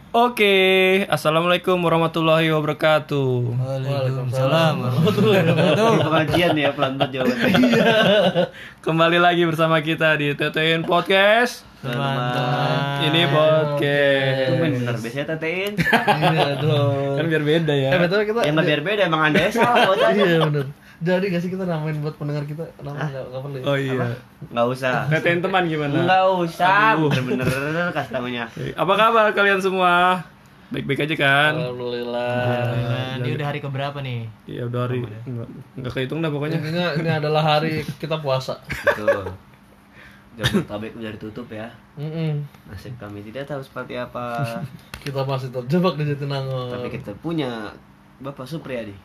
Oke, assalamualaikum warahmatullahi wabarakatuh. Waalaikumsalam warahmatullahi wabarakatuh. Pengajian ya pelan-pelan jawabannya. Kembali lagi bersama kita di TTN Podcast. Teman-teman. Ini podcast. Itu bener, biasanya tetein. Iya dong. Kan biar beda ya. Betul kita. Yang nggak biar beda emang anda ya salah bocah. Iya benar. Jadi gak sih kita namain buat pendengar kita nama nggak perlu. Oh iya. Nggak usah. TTN teman gimana? Nggak usah. Aduh. Bener-bener kasih tamunya. Apa kabar kalian semua? Baik-baik aja kan? Alhamdulillah. Ini udah hari keberapa nih? Iya udah hari nggak kehitung dah pokoknya. Intinya ini adalah hari kita puasa. Betul. Jabodetabek udah ditutup ya. Mm-mm. Nasib kami tidak tahu seperti apa. Kita masih terjebak di Jatinangor. Tapi kita punya Bapak Supriyadi.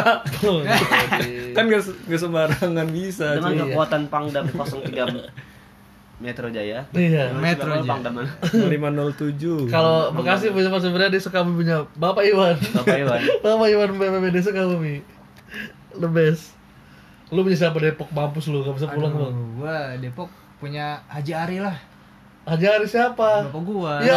Kan nggak sembarangan bisa. Dengan iya. kekuatan Pangdam 03 Metro Jaya. Iya. Metro Berapa Jaya. Pangdam mana? 507. Kalau Bekasi punya Mas Supriyadi Sukabumi punya Bapak Iwan. Bapak Iwan. Bapak Iwan BPBD Sukabumi. The best. Lu punya siapa Depok mampus lu gak bisa pulang lu. Gua Depok punya Haji Ari lah. Haji Ari siapa? Bapak gua. Ya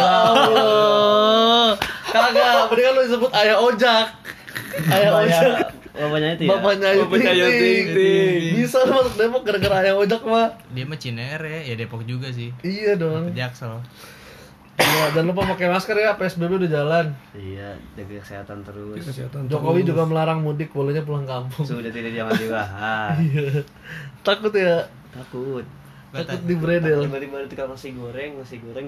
Allah. Kagak, mendingan lu disebut Ayah Ojak. Ayah Ojak. Bapaknya itu ya. Bapaknya Ayu Bapaknya Ayu Ting Ting Ting. Ting. Bisa lu masuk Depok gara-gara Ayah Ojak mah. Dia mah Cinere, ya Depok juga sih. Iya dong. Jaksel. Ya, jangan lupa pakai masker ya, PSBB udah jalan. Iya, jaga kesehatan terus. Kesehatan Jokowi terus. juga melarang mudik, bolehnya pulang kampung. Sudah tidak jangan dibahas. Iya. Takut ya. Takut. Takut di bredel. Tiba-tiba tukang nasi goreng.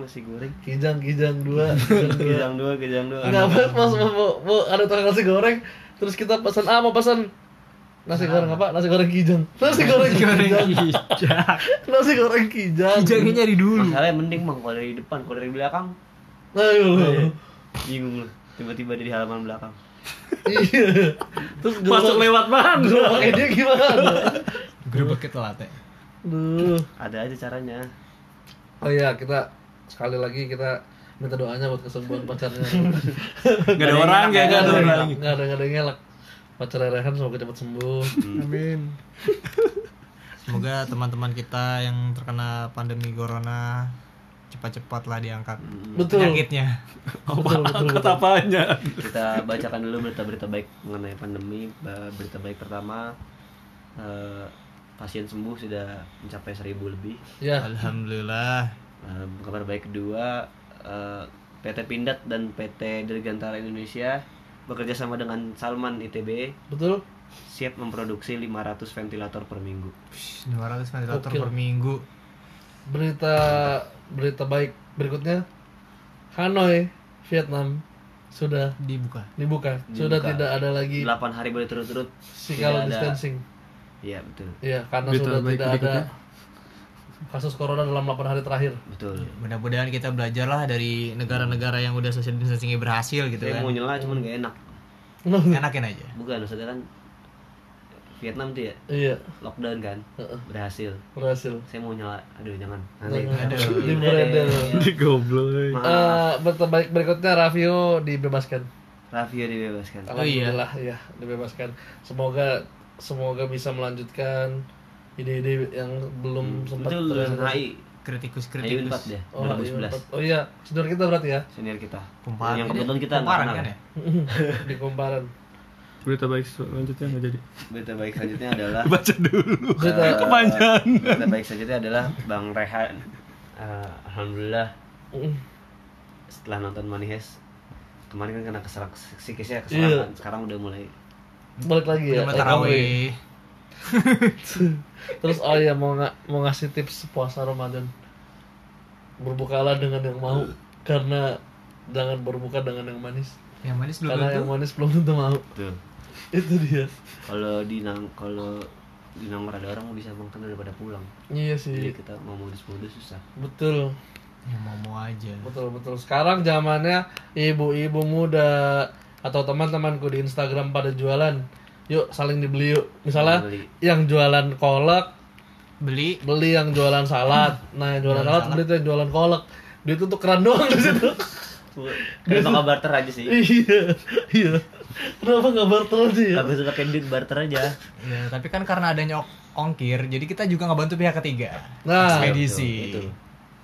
Kijang dua. Kejang dua. Enggak, Mas, mau ada tukang nasi goreng, terus kita pesan mau pesan nasi goreng apa? Nasi goreng kijang. Nasi goreng kijang. Nasi goreng kijang. Kijangnya nyari dulu. Masalahnya mending bang kalau dari depan, kalau dari belakang Ayo. bingung lu. Tiba-tiba di halaman belakang. Iya. Terus Masuk lewat mana? pakai dia gimana? Gerobak telat ya. Duh. Ada aja caranya. Oh iya, kita sekali lagi kita minta doanya buat kesembuhan pacarnya. Nggak ada orang ya, nggak ada orang. Nggak ada yang ngelak. Pacar Rehan semoga cepat sembuh. Amin. Semoga teman-teman kita yang terkena pandemi corona cepat-cepat lah diangkat Betul. penyakitnya. Betul. Angkat apanya? Kita bacakan dulu berita-berita baik mengenai pandemi. Berita baik pertama, pasien sembuh sudah mencapai 1.000 lebih. Ya. Alhamdulillah. Kabar baik kedua, PT Pindad dan PT Dirgantara Indonesia bekerja sama dengan Salman ITB Betul. siap memproduksi 500 ventilator per minggu. 200 ventilator Gokil. per minggu. Berita baik berikutnya, Hanoi, Vietnam sudah Dibuka. dibuka. Sudah Dibuka. tidak ada lagi 8 hari berturut-turut physical tidak ada. distancing. Iya betul, Iya, karena Berita sudah baik tidak ada berikutnya. kasus corona dalam 8 hari terakhir. betul. Mudah-mudahan kita belajar lah dari negara-negara yang udah social distancing berhasil gitu Saya kan. mau nyela cuman gak enak. Enakin aja. Bukan, maksudnya kan Vietnam tuh ya Iya, lockdown kan berhasil. berhasil. Saya mau nyela, aduh jangan. Aduh. Di bredel. Di goblok. Berita baik berikutnya, Raffio dibebaskan. Raffio dibebaskan. Oh iya. Alhamdulillah ya, dibebaskan. Semoga bisa melanjutkan ide-ide yang belum sempat Betul, lulusan terrealisasi. HI. Kritikus HI 4 deh, Oh, 2011. oh iya, senior kita berarti ya. Senior kita. Kumparan. Yang kebetulan kita nggak Kumparan kenal. kan ya? Di Kumparan. Berita baik selanjutnya nggak jadi. Berita baik selanjutnya adalah Baca dulu. Berita Kepanjangan. berita baik selanjutnya adalah Bang Rehan. Alhamdulillah setelah nonton Manihes kemarin kan kena psikisnya kesalahan. Sekarang udah mulai balik lagi ya. Udah mau tarawih. Terus oh iya mau ngasih tips puasa Ramadan. Berbukalah dengan yang mau karena jangan berbuka dengan yang manis. Yang manis belum Karena tentu. yang manis belum tentu mau. tuh. Itu dia. Kalau di Nangor ada orang bisa makan daripada pulang. Iya Jadi sih. kita mau modus-modus susah. Betul. Yang mau aja. Betul. Sekarang zamannya ibu-ibu muda atau teman-temanku di Instagram pada jualan. Yuk saling dibeli yuk. Misalnya Beli. yang jualan kolak Beli beli yang jualan salad. Nah, yang jualan salad beli tuh yang jualan kolak. Dia tuh tukeran doang di situ. Kenapa nggak barter aja sih? Iya. Kenapa nggak barter aja ya? Habis pakai duit barter aja. ya, tapi kan karena adanya ongkir, jadi kita juga ngebantu pihak ketiga. Nah, ekspedisi. Betul.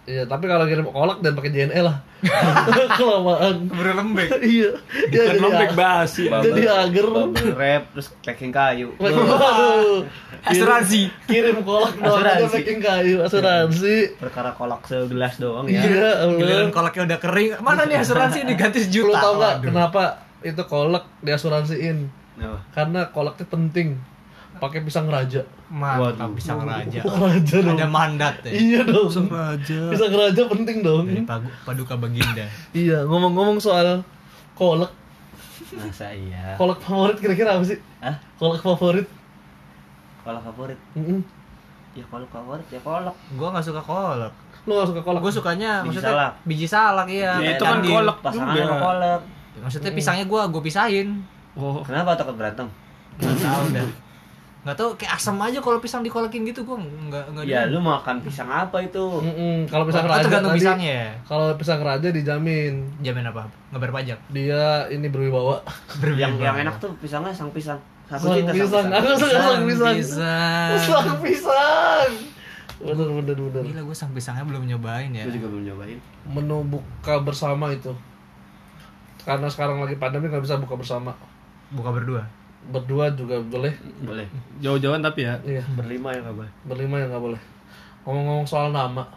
Iya, tapi kalau kirim kolak dan pakai JNE lah. Kelamaan. Keburu lembek. Iya. Kan lembek basi. Jadi agar. Bubble wrap terus packing kayu. Waduh. Asuransi. Kirim kolak doang aja Asuransi. packing kayu, asuransi. Perkara kolak segelas doang ya. Iya, Giliran Allah. kolaknya udah kering. Mana nih asuransi diganti Lu sejuta. tau gak Waduh. kenapa itu kolak diasuransiin? Nah, Karena kolaknya penting. Pakai pisang raja. Mantap Waduh. pisang raja. Raja dong. Ada mandat ya. Iya dong. Raja. Pisang raja penting dong. Dari Paduka Baginda. Iya, ngomong-ngomong soal kolak. masa iya. Kolak favorit kira-kira apa sih? Hah? Kolak favorit? Kolak favorit? Mm-mm. Ya kolak favorit ya kolak. Gua enggak suka kolak. Lu gak suka kolak? Gue sukanya Biji maksudnya salak. biji salak iya. Ya, itu Kayak kan tadi. kolak Pasangan juga. sama kolak. Maksudnya pisangnya gue pisahin. Oh. Kenapa takut berantem? Nggak tahu dah. Nggak tahu kayak asam aja kalau pisang dikolekin gitu gue nggak. Ya lu makan pisang apa itu? Kalau pisang Itu raja tergantung tadi, pisangnya. kalau pisang raja dijamin Jamin apa? Nggak bayar pajak. dia ini berwibawa. Yang enak tuh pisangnya sang pisang. Aku Sang cinta pisang, sang aku suka sang pisang. Pisang. Sang pisang. Bener. Gila gue sang pisangnya belum nyobain ya. Gue juga belum nyobain. Menu buka bersama itu. Karena sekarang lagi pandemi nggak bisa buka bersama. Buka berdua. Berdua juga boleh. Boleh. Jauh-jauhan tapi ya. Iya, Berlima ya nggak boleh. berlima ya nggak boleh. Ngomong-ngomong soal nama,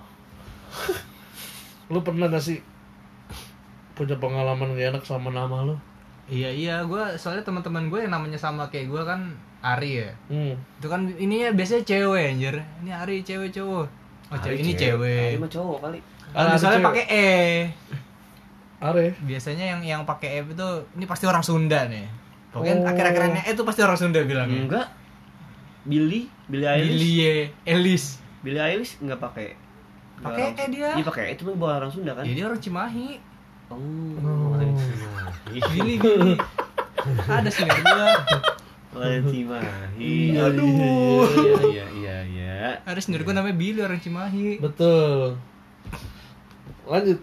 lu pernah gak sih punya pengalaman gak enak sama nama lu? Iya gue soalnya teman-teman gue yang namanya sama kayak gue kan Ari ya. Hmm. Itu kan ininya biasanya cewek anjir. Ini Ari cewek cowok. Oh cewek ini cewek. Ini mah cowok kali. Kalau misalnya pakai E. Are. Biasanya yang pakai E itu ini pasti orang Sunda nih. Pokoknya Oh. akhir-akhirnya itu pasti orang Sunda bilangnya. Enggak. Billy Eilish. Bilie Elis. Billie Eilish enggak pakai. Pakai E dia. Iya pakai itu bukan orang Sunda kan? Ya dia orang Cimahi. Oh. Oh. Billy. Ada sih gua. Orang Cimahi. Iya, Aduh. Iya. Ada sendiri gua namanya Billy orang Cimahi. Betul. Lanjut.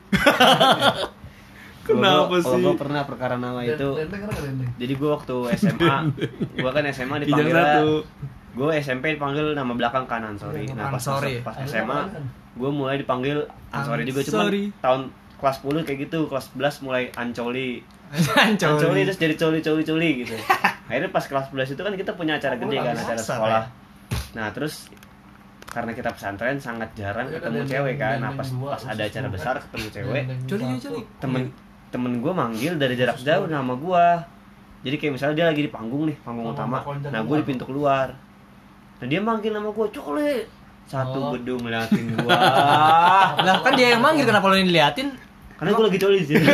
Kenapa sih? Gue pernah perkara nama itu. Dendeng kenapa dendeng? Jadi gue waktu SMA, gue kan SMA Kijang dipanggil. satu. Gue SMP dipanggil nama belakang kan Ansori. Nah pas Ansori. pas SMA, gue mulai dipanggil Ansori juga cuman Ansori. tahun kelas 10 kayak gitu, kelas 11 mulai Ancoli. Ancoli. Ancoli terus jadi coli gitu. Akhirnya pas kelas 11 itu kan kita punya acara gede kan, acara Masa, sekolah. Nah terus karena kita pesantren sangat jarang ketemu cewek kan. Nah pas ada acara besar ketemu cewek, Coli. temen gue manggil dari jarak jauh nama gue. Jadi kayak misalnya dia lagi di panggung nih, panggung utama. Nah gue di pintu keluar. Nah dia manggil nama gue, Coli. Satu gedung ngeliatin gue. Lah kan dia yang manggil kenapa lo yang diliatin? Karena gue lagi coli sih.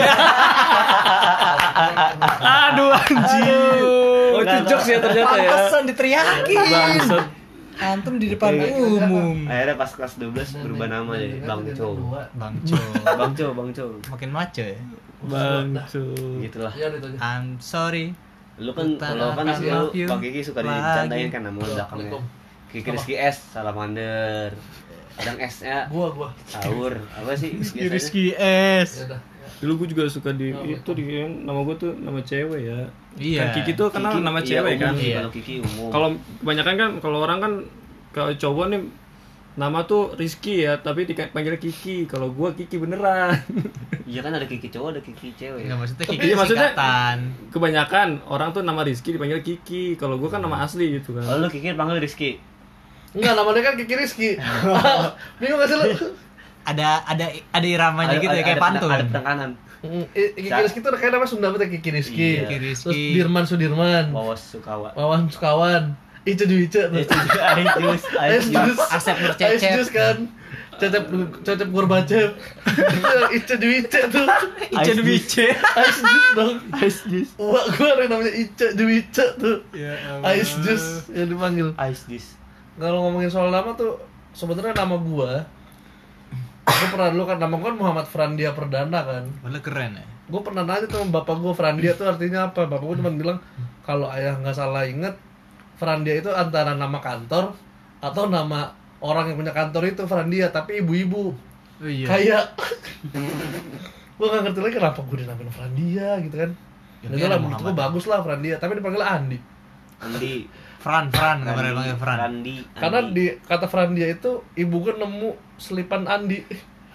Aduh anjing. Oh itu jokes ya ternyata ya. Pantesan diteriakin. Bangsat. Antum di depan umum. Akhirnya pas kelas 12 berubah nama jadi Bang Co. Bang Co. Bang Co. Makin maco ya. Bangsu. Gitulah. Iya itu aja. I'm sorry. Lu kan kalau kan I lu love you Bang Kiki suka lagi. dicandain kan nama belakangnya. Kiki Rizky S, Salamander. Kadang S-nya Gua. sahur. Apa sih? biasanya? Rizky S. Ya udah. Dulu gue juga suka di itu di nama gue tuh nama cewek ya. Iya. Kan Kiki tuh kenal Kiki, nama iya, cewek umum kan. sih, Iya. Kalau Kiki umum. Kalau kebanyakan kan kalau orang kan kalau cowok nih nama tuh Rizky ya, tapi dipanggil Kiki. Kalau gua Kiki beneran. Iya kan ada Kiki cowok, ada Kiki cewek. Enggak maksudnya Tapi Kiki maksudnya singkatan. kebanyakan orang tuh nama Rizky dipanggil Kiki. Kalau gua kan nama asli gitu kan. Kalau lu Kiki panggil Rizky. Enggak, namanya kan Kiki Rizky. Bingung gak sih lu? Ada iramanya gitu ya kayak pantun. Ada penekanan. Kiki Rizky itu kayak nama Sunda betul Kiki Rizky. Iya. Kiki Terus Rizky. Dirman Sudirman. Wawas Sukawa. Wawan Sukawan. Ice Duice. Ice Juice. Asep Nur Ice Cecep. Juice kan. Cecep Gorbachev. Ice Duice tuh. Ice Bice. Ice Juice dong. Ice Juice. Wah, gua ada yang namanya Ice Duice tuh. Ya Ice Juice yang dipanggil. Ice Juice. Kalau ngomongin soal nama tuh sebenarnya nama gua pernah dulu kan nama gua kan Muhammad Frandia Perdana kan. Malah keren ya. Gue pernah nanya tuh sama bapak gue Frandia tuh artinya apa. Bapak gue cuma bilang kalau ayah nggak salah inget Frandia itu antara nama kantor atau nama orang yang punya kantor itu Frandia tapi ibu-ibu. Oh iya. Kayak gue nggak ngerti lagi kenapa gue dinamain Frandia gitu kan. Ya, Dan dia lah ada menurut gue Muhammad. bagus lah Frandia tapi dipanggil Andi. Andi. Fran kabarnya panggil Fran. Andi. Karena di kata Frandia itu ibu gue nemu selipan Andi.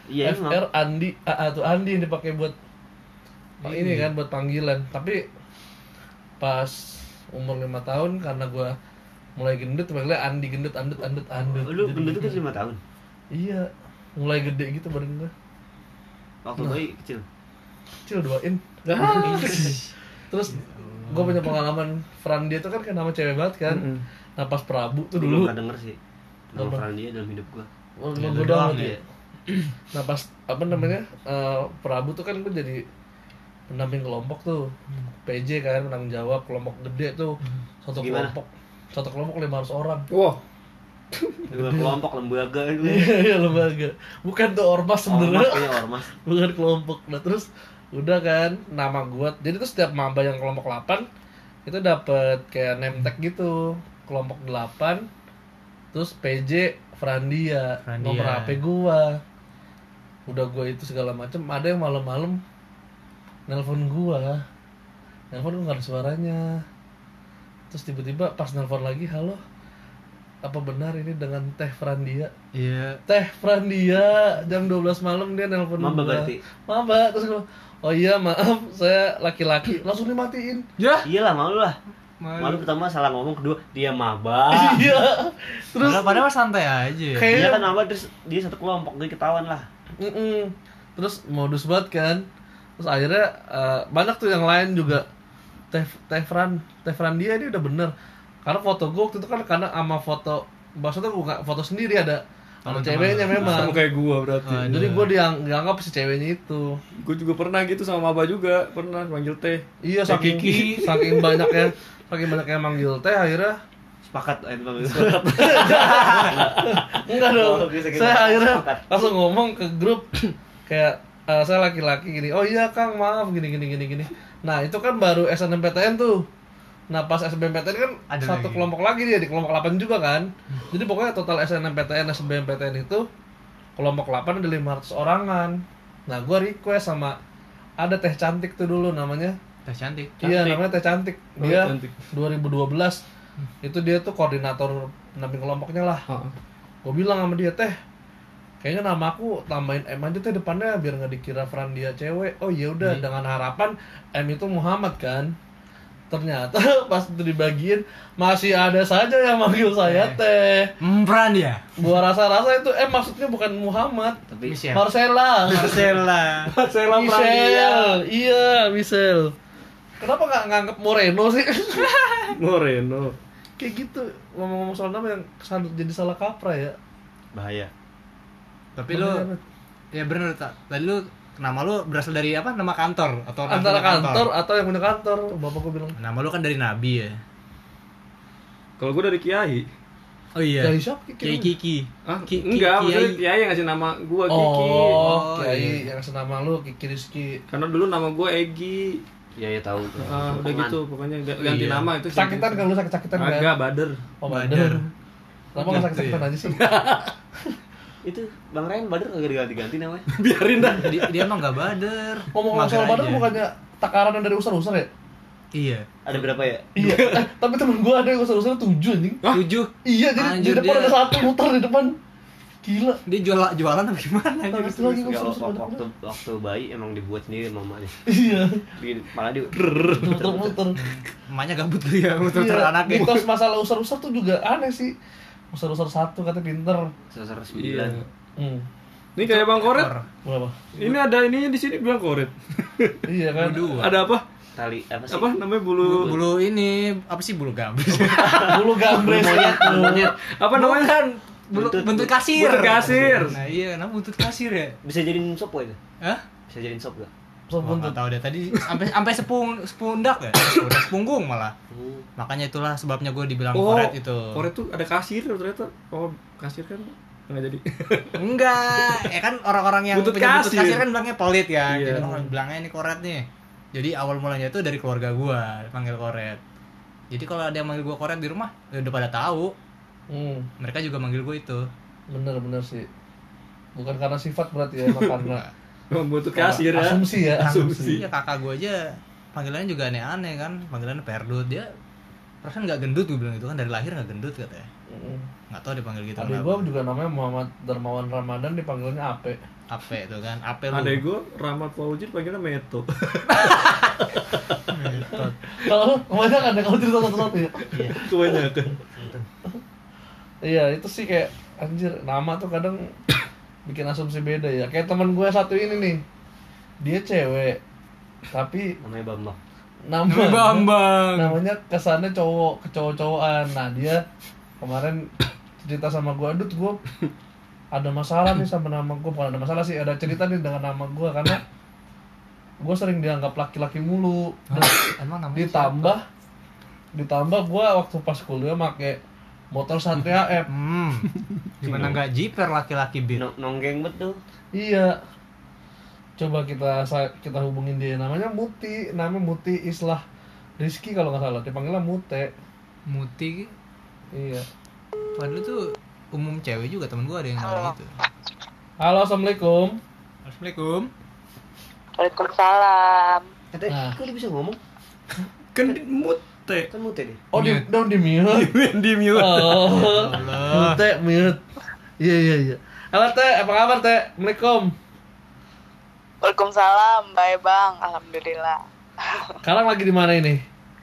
Iya, FR Andi, AA tuh Andi yang dipakai buat ini kan buat panggilan. Tapi pas umur 5 tahun karena gua mulai gendut, panggilnya Andi gendut, andut. Lu gendut itu 5 tahun. Iya, mulai gede gitu badan gua. Waktu bayi kecil. Kecil doain. Terus gua punya pengalaman Frandia itu kan nama cewek banget kan. Nah pas Prabu tuh Belum dulu. pernah denger sih. Nama Frandia dalam hidup gua. Gua doang ya. Nah pas Prabu tuh kan gue jadi pendamping kelompok tuh, PJ kan, penanggung jawab kelompok gede tuh. Satu Gimana? kelompok 500 orang. Wah, Kelompok lembaga itu. Iya lembaga. Bukan tuh ormas sebenarnya. Ormas kayaknya ormas. Bukan kelompok. Nah terus udah kan nama gua. Jadi tuh setiap maba yang kelompok 8 itu dapat kayak name tag gitu. Kelompok 8 terus PJ Frandia. Nomor HP gua. Udah gua itu segala macem. Ada yang malam-malam nelpon gua nggak ada suaranya. Terus tiba-tiba pas nelpon lagi, halo, apa benar ini dengan Teh Frandia? Iya. Teh Frandia jam 12 malam dia nelpon Maba gua. berarti? Maba. Terus gua, oh iya maaf saya laki-laki. Langsung dimatiin. Ya. Iyalah, malu lah. Malu pertama salah ngomong, kedua dia maba. Iya. Terus Padahal santai aja. Dia kan maba terus dia satu kelompok, dia ketahuan lah. Terus modus banget kan. Terus akhirnya banyak tuh yang lain juga. Teh Frandia ini udah bener. Karena foto gue waktu itu kan karena sama foto, maksudnya gue gak foto sendiri, ada ceweknya memang. sama kayak gua berarti. Jadi gue dianggap si ceweknya itu. Gue juga pernah gitu sama maba juga, pernah manggil teh. Iya, Teh saking Kiki. saking banyaknya manggil teh akhirnya Sepakat itu. enggak dong. Oh, bisa gitu. Saya akhirnya Sepakat. langsung ngomong ke grup kayak saya laki-laki gini. Oh iya Kang, maaf gini. Nah, itu kan baru SNMPTN tuh. Nah, pas SBMPTN kan Ada satu lagi. kelompok lagi dia di kelompok 8 juga kan. Jadi pokoknya total SNMPTN SBMPTN itu kelompok 8 ada 500 orangan. Nah, gua request sama ada Teh Cantik tuh dulu namanya. Teh cantik. Iya, namanya Teh Cantik. Oh, Dia Cantik. 2012 itu dia tuh koordinator pendamping kelompoknya lah. Gue bilang sama dia, Teh, kayaknya nama aku tambahin M aja teh depannya biar nggak dikira Frandia cewek. Oh ya udah, dengan harapan M itu Muhammad kan. Ternyata pas itu dibagiin masih ada saja yang manggil saya Teh. Empran ya. Gua rasa-rasa itu maksudnya bukan Muhammad, Tapi Marcella. Marcella. Marcella Michelle. Iya, Michelle. Kenapa nggak nganggep Moreno sih? Moreno. Kayak gitu, ngomong-ngomong soal nama yang jadi salah kaprah ya. bahaya. Tapi lu ya bener tak. Tadi lu nama lu berasal dari apa? Nama kantor atau Antara nama kantor atau yang punya kantor, bapak gue bilang. Nama lu kan dari nabi ya. Kalau gue dari Kiai. Oh iya. Dari siapa? Kiai Kiki. Ah, Ki- enggak, Kiai. maksudnya Kiai yang ngasih nama gue Kiki. Oh, iya. Kiai yang senama lu Kiki Rizky. Karena dulu nama gue Egi. Iya, ya tahu. Udah gitu, pokoknya ganti Iya. nama itu. Sakitan kan lu sakit-sakitan kan? Agak bader. Oh, Badar. Badar. Kenapa nggak sakit-sakitan aja sih? Itu Bang Ryan Badar kagak diganti-ganti namanya. Biarin dah. Dia emang gak bader. Ngomong soal Mager Badar aja. bukannya takaran dari usar-usar ya? Iya. Ada berapa ya? Iya. Tapi temen gua ada yang usar-usar 7 anjing. 7. Iya, jadi Anjir, di depan dia- ada satu muter di depan. Gila. Dia jualan apa gimana Tapi anjir? itu lagi Enggak, usar-usar waktu bayi emang dibuat sendiri mamanya. Iya. Malah dia Muter-muter. Emaknya gabut tuh ya, muter-muter Iya. anaknya. Mitos masalah usar-usar tuh juga aneh sih. Usar-usar 1 katanya pinter. sesar 9. Iya. Hmm. Ini kayak Bang Koret. Berapa? Ini ada ininya di sini bilang Koret. Iya kan? Ada apa? Tali apa sih? Apa namanya bulu? Bulu ini apa sih bulu gambus? Bulu gambres monyet. Apa namanya? Kan bulu Buntut- buntut kasir. buntut kasir. Nah, iya, kenapa buntut kasir ya? Bisa jadiin sop itu? Hah? Bisa jadiin sop gak? Sop Wah, buntut. nggak tahu deh tadi sampai sepundak ya, sepunggung malah. Makanya itulah sebabnya gue dibilang koret itu. Koret tuh ada kasir ternyata. Oh, kasir kan nggak jadi. Enggak, ya kan orang-orang yang Buntut punya buntut kasir. kasir kan bilangnya pelit ya. Iya. Jadi orang bilangnya ini koret nih. Jadi awal mulanya itu dari keluarga gua panggil koret. Jadi kalau ada yang manggil gua koret di rumah, ya udah pada tahu. Mereka juga manggil gua itu. Bener sih. Bukan karena sifat berarti ya, emang karena Buntut kasir ya. asumsi ya. Asumsi. Iya, kakak gua aja panggilannya juga aneh-aneh kan. Panggilannya Perdut. Dia perasaan nggak gendut gue bilang itu kan dari lahir nggak gendut katanya. Nggak tahu dipanggil gitu. Adik kenapa. gua juga namanya Muhammad Darmawan Ramadan, dipanggilnya Ape. Ape tuh kan, Ape lu. Adek gue Rahmat Fauzin panggilnya Meto. Kalau kebanyakan ya kalau cerita satu-satu ya. Kebanyakan. Iya, itu sih kayak anjir, nama tuh kadang bikin asumsi beda ya. Kayak teman gue satu ini nih. Dia cewek. Tapi Namanya Bambang. namanya kesannya cowok-cowokan. Nah, dia kemarin cerita sama gue, "Adut, gue ada masalah nih sama nama gue." Bukan ada masalah sih, ada cerita nih dengan nama gue karena gue sering dianggap laki-laki mulu. Dan Emang namanya ditambah gue waktu pas kuliah make motor Satria F. Gimana nggak jiper laki-laki beat? Nonggeng betul. Iya. Coba kita hubungin dia, namanya Muti Islah Rizky kalau nggak salah, dipanggilnya Mute. Muti. Iya. Padahal tuh umum cewek juga, temen gue ada yang namanya gitu. Halo, assalamualaikum. Assalamualaikum. Waalaikumsalam. Nah. Kok lu bisa ngomong? Kan Mute. Kan mute nih. Oh, di mute. Di mute. Oh, Mute mute. Iya. Halo Teh, apa kabar Teh? Assalamualaikum. Waalaikumsalam, baik bang, alhamdulillah. Sekarang lagi di mana ini?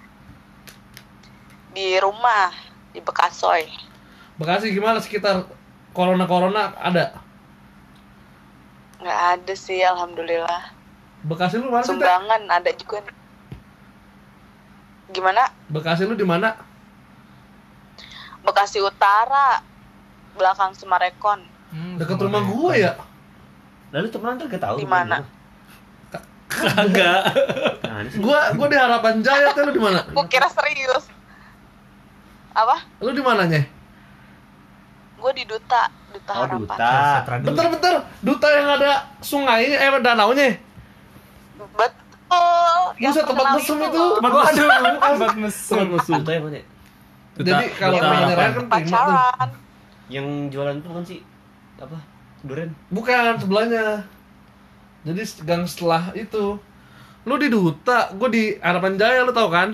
Di rumah, di Bekasoy. Bekasi gimana sekitar corona ada? Nggak ada sih, alhamdulillah. Bekasi lu mana sih Teh? Sumbangan ada juga nih. Gimana? Bekasi lu di mana? Bekasi Utara, belakang Sumarekon. Dekat rumah gua ya. Lalu teman kagak tahu. Di mana? Kagak. Nah, ini sih. Gua di Harapan Jaya, Teh, lu di mana? Gue kira serius. Apa? Lu di mananya? Gue di Duta Oh, Harapan. Duta. Bentar, Duta yang ada sungai, danaunya. Betul. yang Buset, tempat terkenal mesum itu. loh. Tempat mesum. Duta yang mana? Jadi kalau Yang namanya Ryan kan prima tuh. pacaran. Yang jualan itu bukan sih? Apa? Duren. Bukan, sebelahnya. Jadi gang setelah itu. Lu di Duta, gue di Harapan Jaya, lu tau kan?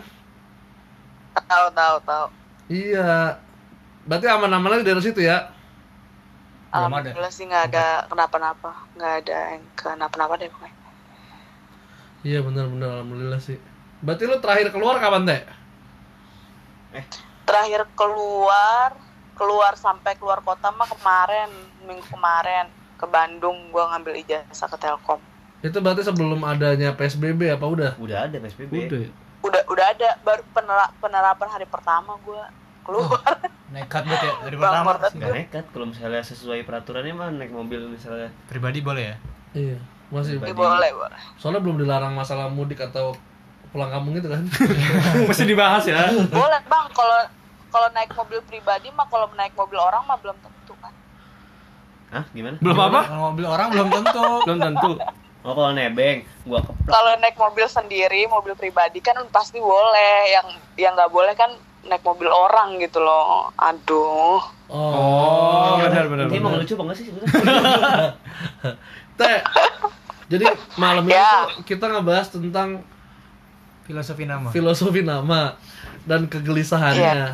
Tahu. Iya. Berarti aman-aman aja dari situ ya? Belum ada. Alhamdulillah sih nggak ada kenapa-napa, nggak ada yang kenapa-napa deh pokoknya. Iya benar-benar, alhamdulillah sih. Berarti lu terakhir keluar kapan, Teh? Terakhir keluar sampai keluar kota mah minggu kemarin ke Bandung, gua ngambil ijazah ke Telkom. Itu berarti sebelum adanya PSBB apa udah? Udah ada PSBB. Udah ya? Udah ada, baru penerapan hari pertama gua keluar. Nekat banget ya dari Bang, pertama. Mordat. Gak nekat kalau misalnya sesuai peraturannya mah naik mobil misalnya. Pribadi boleh ya? Iya, masih. Boleh. Soalnya belum dilarang masalah mudik atau pulang kampung gitu kan? Mesti dibahas ya. Boleh bang, kalau naik mobil pribadi mah, kalau naik mobil orang mah belum tentu kan. Hah, gimana? Belum apa? Kalau mobil orang belum tentu. Belum tentu. Oh, kalau nebeng gua keplak. Kalau naik mobil sendiri, mobil pribadi kan pasti boleh. Yang nggak boleh kan naik mobil orang gitu loh. Aduh. Oh, benar. Ini emang lucu banget sih sebenarnya. Teh, jadi malam ini Ya. tuh kita ngebahas tentang Filosofi nama. dan kegelisahannya.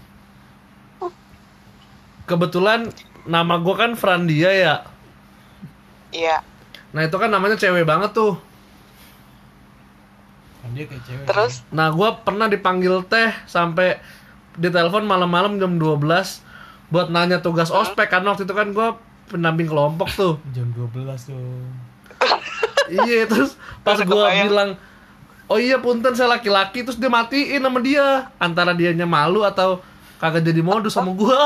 Kebetulan nama gue kan Frandia ya. Iya. Nah itu kan namanya cewek banget tuh. Dia kayak cewek. Terus Nah gue pernah dipanggil Teh sampai ditelepon malam-malam jam 12 buat nanya tugas ospek, karena waktu itu kan gue pendamping kelompok tuh. Jam 12 tuh. Iya, terus pas Udah gue kebayang. bilang, "Oh iya punten saya laki-laki," terus dia matiin sama dia. Antara dianya malu atau kagak jadi modus sama gue.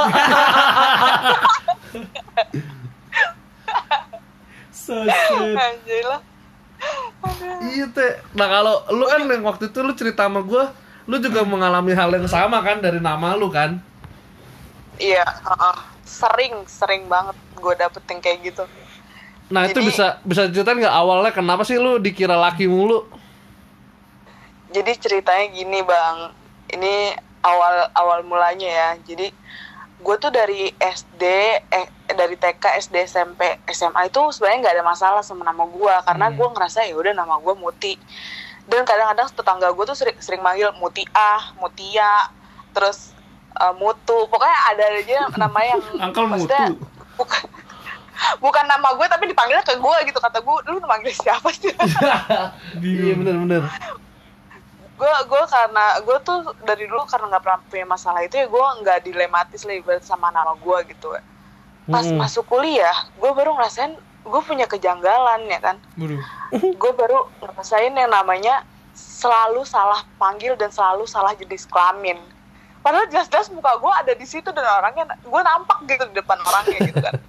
So sweet. anjir lah. Iya Teh. Nah kalau lu kan yang waktu itu lu cerita sama gue, lu juga mengalami hal yang sama kan dari nama lu kan? Iya, sering banget gue dapetin kayak gitu. Nah itu Jadi- bisa ceritain nggak awalnya kenapa sih lu dikira laki mulu? Jadi ceritanya gini bang, ini awal mulanya ya. Jadi gue tuh dari SD, dari TK, SD, SMP, SMA itu sebenarnya nggak ada masalah sama nama gue, karena gue ngerasa ya udah nama gue Muti. Dan kadang-kadang tetangga gue tuh sering manggil Mutiah, Mutia, terus Mutu, pokoknya ada aja nama yang Uncle maksudnya Mutu. bukan nama gue tapi dipanggilnya ke gue gitu, kata gue lu manggil siapa sih? Iya benar. gue karena gue tuh dari dulu karena nggak pernah punya masalah itu ya, gue nggak dilematis lah ibarat sama nama gue gitu. Pas masuk kuliah gue baru ngerasain gue punya kejanggalan ya kan. Gue baru ngerasain yang namanya selalu salah panggil dan selalu salah jenis kelamin. Padahal jelas-jelas muka gue ada di situ dan orangnya, gue nampak gitu di depan orangnya gitu kan.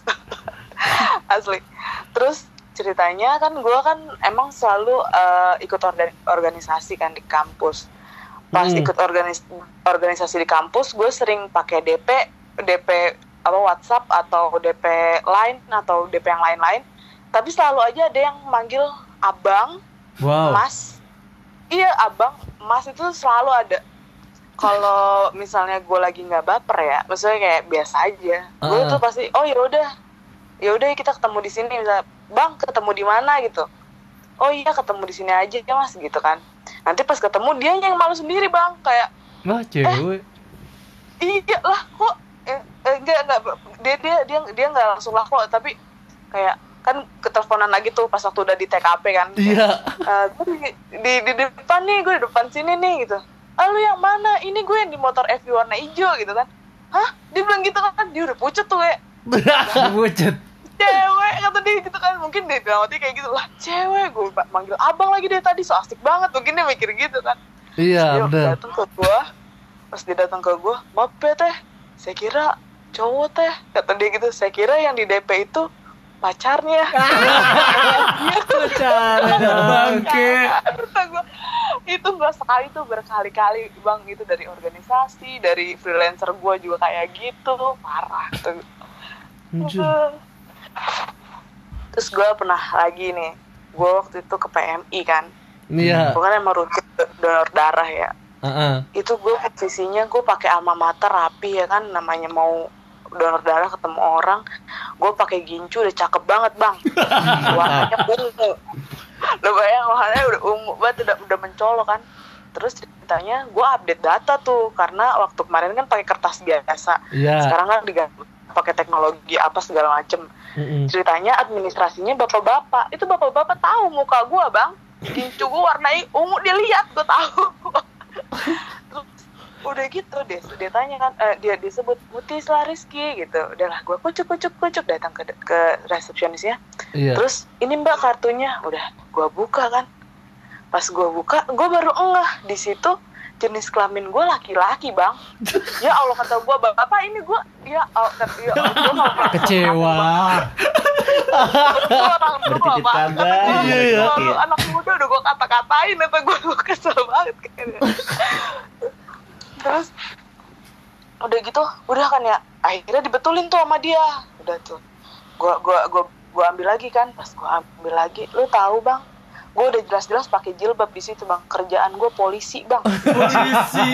Asli. Terus ceritanya kan gue kan emang selalu ikut organisasi kan di kampus. Pas ikut organisasi di kampus, gue sering pakai DP apa WhatsApp atau DP Line atau DP yang lain-lain. Tapi selalu aja ada yang manggil abang, mas. Iya abang, mas itu selalu ada. Kalau misalnya gue lagi nggak baper ya, maksudnya kayak biasa aja. Gue tuh pasti, oh ya udah kita ketemu di sini, misalnya, bang ketemu di mana gitu. Oh iya ketemu di sini aja ya mas gitu kan. Nanti pas ketemu dia yang malu sendiri bang, kayak wah cewek. Iya lah kok enggak dia nggak langsung lah kok, tapi kayak kan keteleponan lagi tuh pas waktu udah di TKP kan. Iya. Gue di depan nih, gue di depan sini nih gitu. Lu yang mana? Ini gue yang di motor FV warna hijau gitu kan. Hah? Dia bilang gitu kan, dia udah pucet tuh kayak. Pucet. Cewek kata dia gitu kan, mungkin dia dalam hati kayak gitu lah. Cewek, gue manggil abang lagi deh tadi, so asik banget, mungkin dia mikir gitu kan. Iya benar. Datang ke gue, pas dia datang ke gue, maaf ya teh, saya kira cowok teh, kata dia gitu. Saya kira yang di DP itu pacarnya. Pacarnya bangke. Itu nggak sekali tuh, berkali-kali bang, gitu dari organisasi, dari freelancer gue juga kayak gitu, parah tuh. Terus gue pernah lagi nih, gue waktu itu ke PMI kan. Iya. Gue kan emang rutin donor darah ya. Itu gue posisinya gue pakai alma mater rapi ya kan, namanya mau donor darah ketemu orang, gue pakai gincu udah cakep banget bang, warnanya ungu, lo bayang warnanya udah ungu banget, udah mencolok kan. Terus ceritanya gue update data tuh, karena waktu kemarin kan pakai kertas biasa, sekarang kan diganti pakai teknologi apa segala macem. Ceritanya administrasinya bapak-bapak, itu bapak-bapak tahu muka gue bang, gincu gue warnanya ungu, dia lihat, gue tahu. Terus udah gitu dia tanya kan, dia disebut Mutis lah Rizky gitu. Udahlah gue kucuk datang ke resepsionisnya. Terus ini mbak kartunya, udah gue buka kan. Pas gue buka, gue baru ngeh di situ jenis kelamin gue laki-laki bang. Ya Allah kata gue, bapak ini gue ya kecewa. Bertitip kabar. Anak muda udah gue kata-katain, atau gue kesel banget kayaknya. Terus udah gitu, udah kan ya, akhirnya dibetulin tuh sama dia. Udah tuh, gue ambil lagi kan. Pas gue ambil lagi, lu tahu bang, gue udah jelas-jelas pakai jilbab di situ bang. Kerjaan gue polisi bang. Polisi.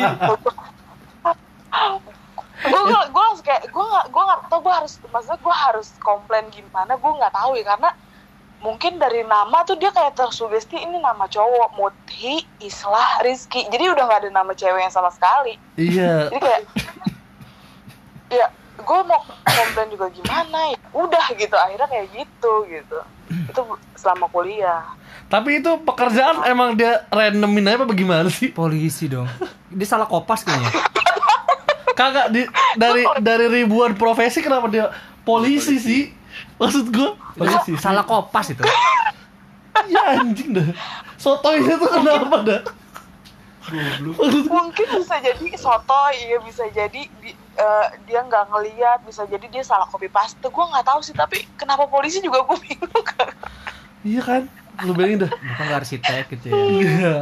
Gue langsung kayak gue nggak tahu gue harus, maksudnya gue harus komplain gimana, gue nggak tahu ya, karena mungkin dari nama tuh dia kayak tersugesti ini nama cowok, Muthi Islah Rizky, jadi udah nggak ada nama ceweknya sama sekali. Iya. Jadi kayak ya gue mau komplain juga gimana ya, udah gitu akhirnya kayak gitu. Itu selama kuliah. Tapi itu pekerjaan emang dia randomin aja apa bagaimana sih? Polisi dong. Dia salah kopas kayaknya. Kagak, dari ribuan profesi kenapa dia polisi sih? Maksud gue polisi. Salah kopas itu. Ya anjing dah. Sotoynya tuh kenapa dah? Mungkin bisa jadi sotoy, ya bisa jadi dia nggak ngelihat, bisa jadi dia salah copy paste. Gue nggak tahu sih, tapi kenapa polisi juga gue bingung kan? Iya kan? Lu bayangin dah. Kenapa nggak arsitek gitu ya? Iya.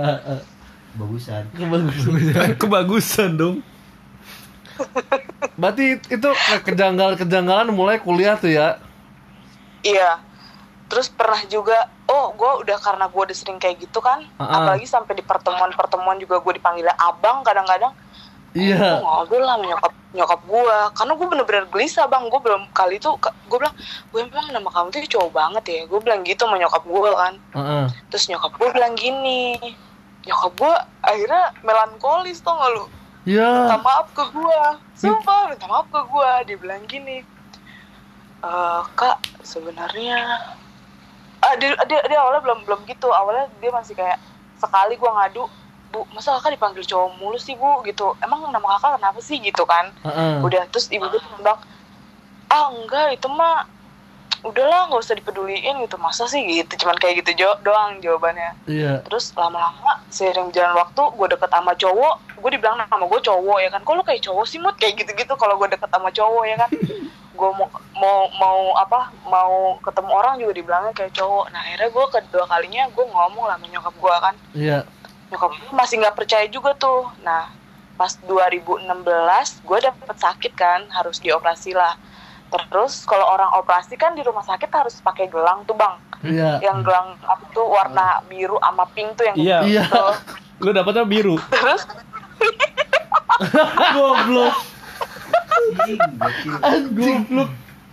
Kebagusan dong. Berarti itu kejanggalan mulai kuliah tuh ya? Iya. Terus pernah juga, gue udah, karena gue udah sering kayak gitu kan, apalagi sampai di pertemuan juga gue dipanggilnya abang kadang-kadang. Iya. Gue ngobrol lah nyokap gue, karena gue bener-bener gelisah bang. Gue belum kali itu, gue bilang, gue emang nama kamu tuh cowok banget ya. Gue bilang gitu sama nyokap gue kan. Terus nyokap gue bilang gini, nyokap gue akhirnya melankolis tau gak lu? Iya. Minta maaf ke gue, sumpah minta maaf ke gue. Dia bilang gini, Kak sebenarnya dia awalnya belum gitu. Awalnya dia masih kayak sekali gue ngadu, Bu, masa kakak dipanggil cowok mulu sih Bu gitu, emang nama kakak kenapa sih gitu kan. Udah, terus ibu gue bilang, enggak, itu mah udahlah nggak usah dipeduliin gitu, masa sih gitu, cuman kayak gitu doang jawabannya. Terus lama-lama seiring jalan waktu gue deket sama cowok, gue dibilang nama gue cowok ya kan, kok lu kayak cowok sih Mut, kayak gitu-gitu kalau gue deket sama cowok ya kan. Gue mau ketemu orang juga dibilangnya kayak cowok. Nah akhirnya gue kedua kalinya gue ngomong lah sama nyokap gue kan. Nyokap gue masih nggak percaya juga tuh. Nah pas 2016 gue dapet sakit kan, harus dioperasi lah. Terus kalau orang operasi kan di rumah sakit harus pakai gelang tuh bang. Yang gelang apa tuh warna biru sama pink tuh yang gitu. Lu dapetnya biru. Terus goblok. Goblok.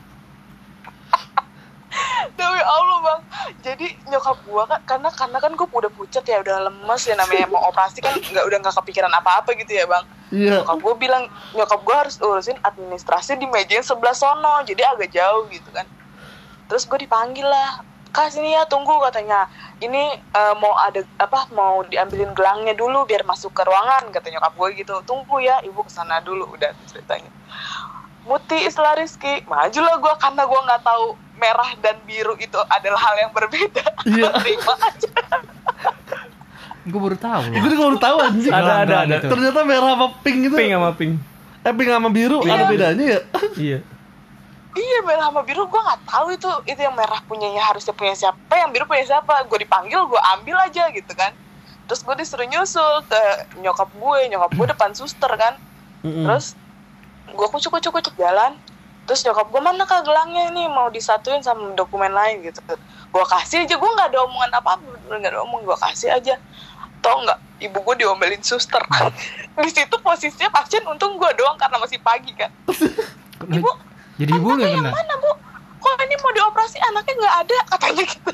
Demi Allah bang, jadi nyokap gua kan karena kan gua udah pucat ya, udah lemes ya, namanya mau operasi kan udah nggak kepikiran apa-apa gitu ya bang. Nyokap gua bilang nyokap gua harus urusin administrasi di meja yang sebelah sono, jadi agak jauh gitu kan. Terus gua dipanggil lah, Kak sini ya, tunggu katanya, ini mau diambilin gelangnya dulu biar masuk ke ruangan, kata nyokap gua gitu. Tunggu ya, ibu kesana dulu, udah ceritanya. Muti Isla Rizky, majulah gue karena gue nggak tahu merah dan biru itu adalah hal yang berbeda. Terima aja. Gue baru tahu loh. Gue juga baru tahu anjing. Ada. Ternyata merah sama pink itu. Pink sama pink. Pink sama biru ada bedanya ya? Iya merah sama biru gue nggak tahu itu yang merah harusnya punya siapa, yang biru punya siapa. Gue dipanggil gue ambil aja gitu kan. Terus gue disuruh nyusul ke nyokap gue depan suster kan. Terus gue kucuk jalan, terus nyokap gue, mana kak gelangnya ini, mau disatuin sama dokumen lain gitu. Gue kasih aja, gue nggak ada omongan apa-apa, nggak ada omong, gue kasih aja. Tau nggak, ibu gue diomelin suster. Di situ posisinya pasien, untung gue doang karena masih pagi kan. Ibu, jadi ibu yang mana Bu? Kok ini mau dioperasi anaknya nggak ada, katanya gitu.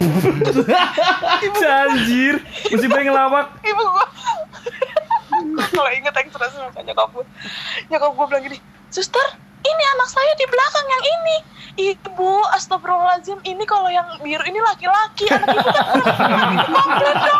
Anjir, mesti pengen ngelawak. Ibu gue kalau inget yang terus sama nyokap gue bilang gini, suster, ini anak saya di belakang yang ini. Ibu, astagfirullahaladzim, ini kalau yang biru ini laki-laki, anak ibu kan komplain dong.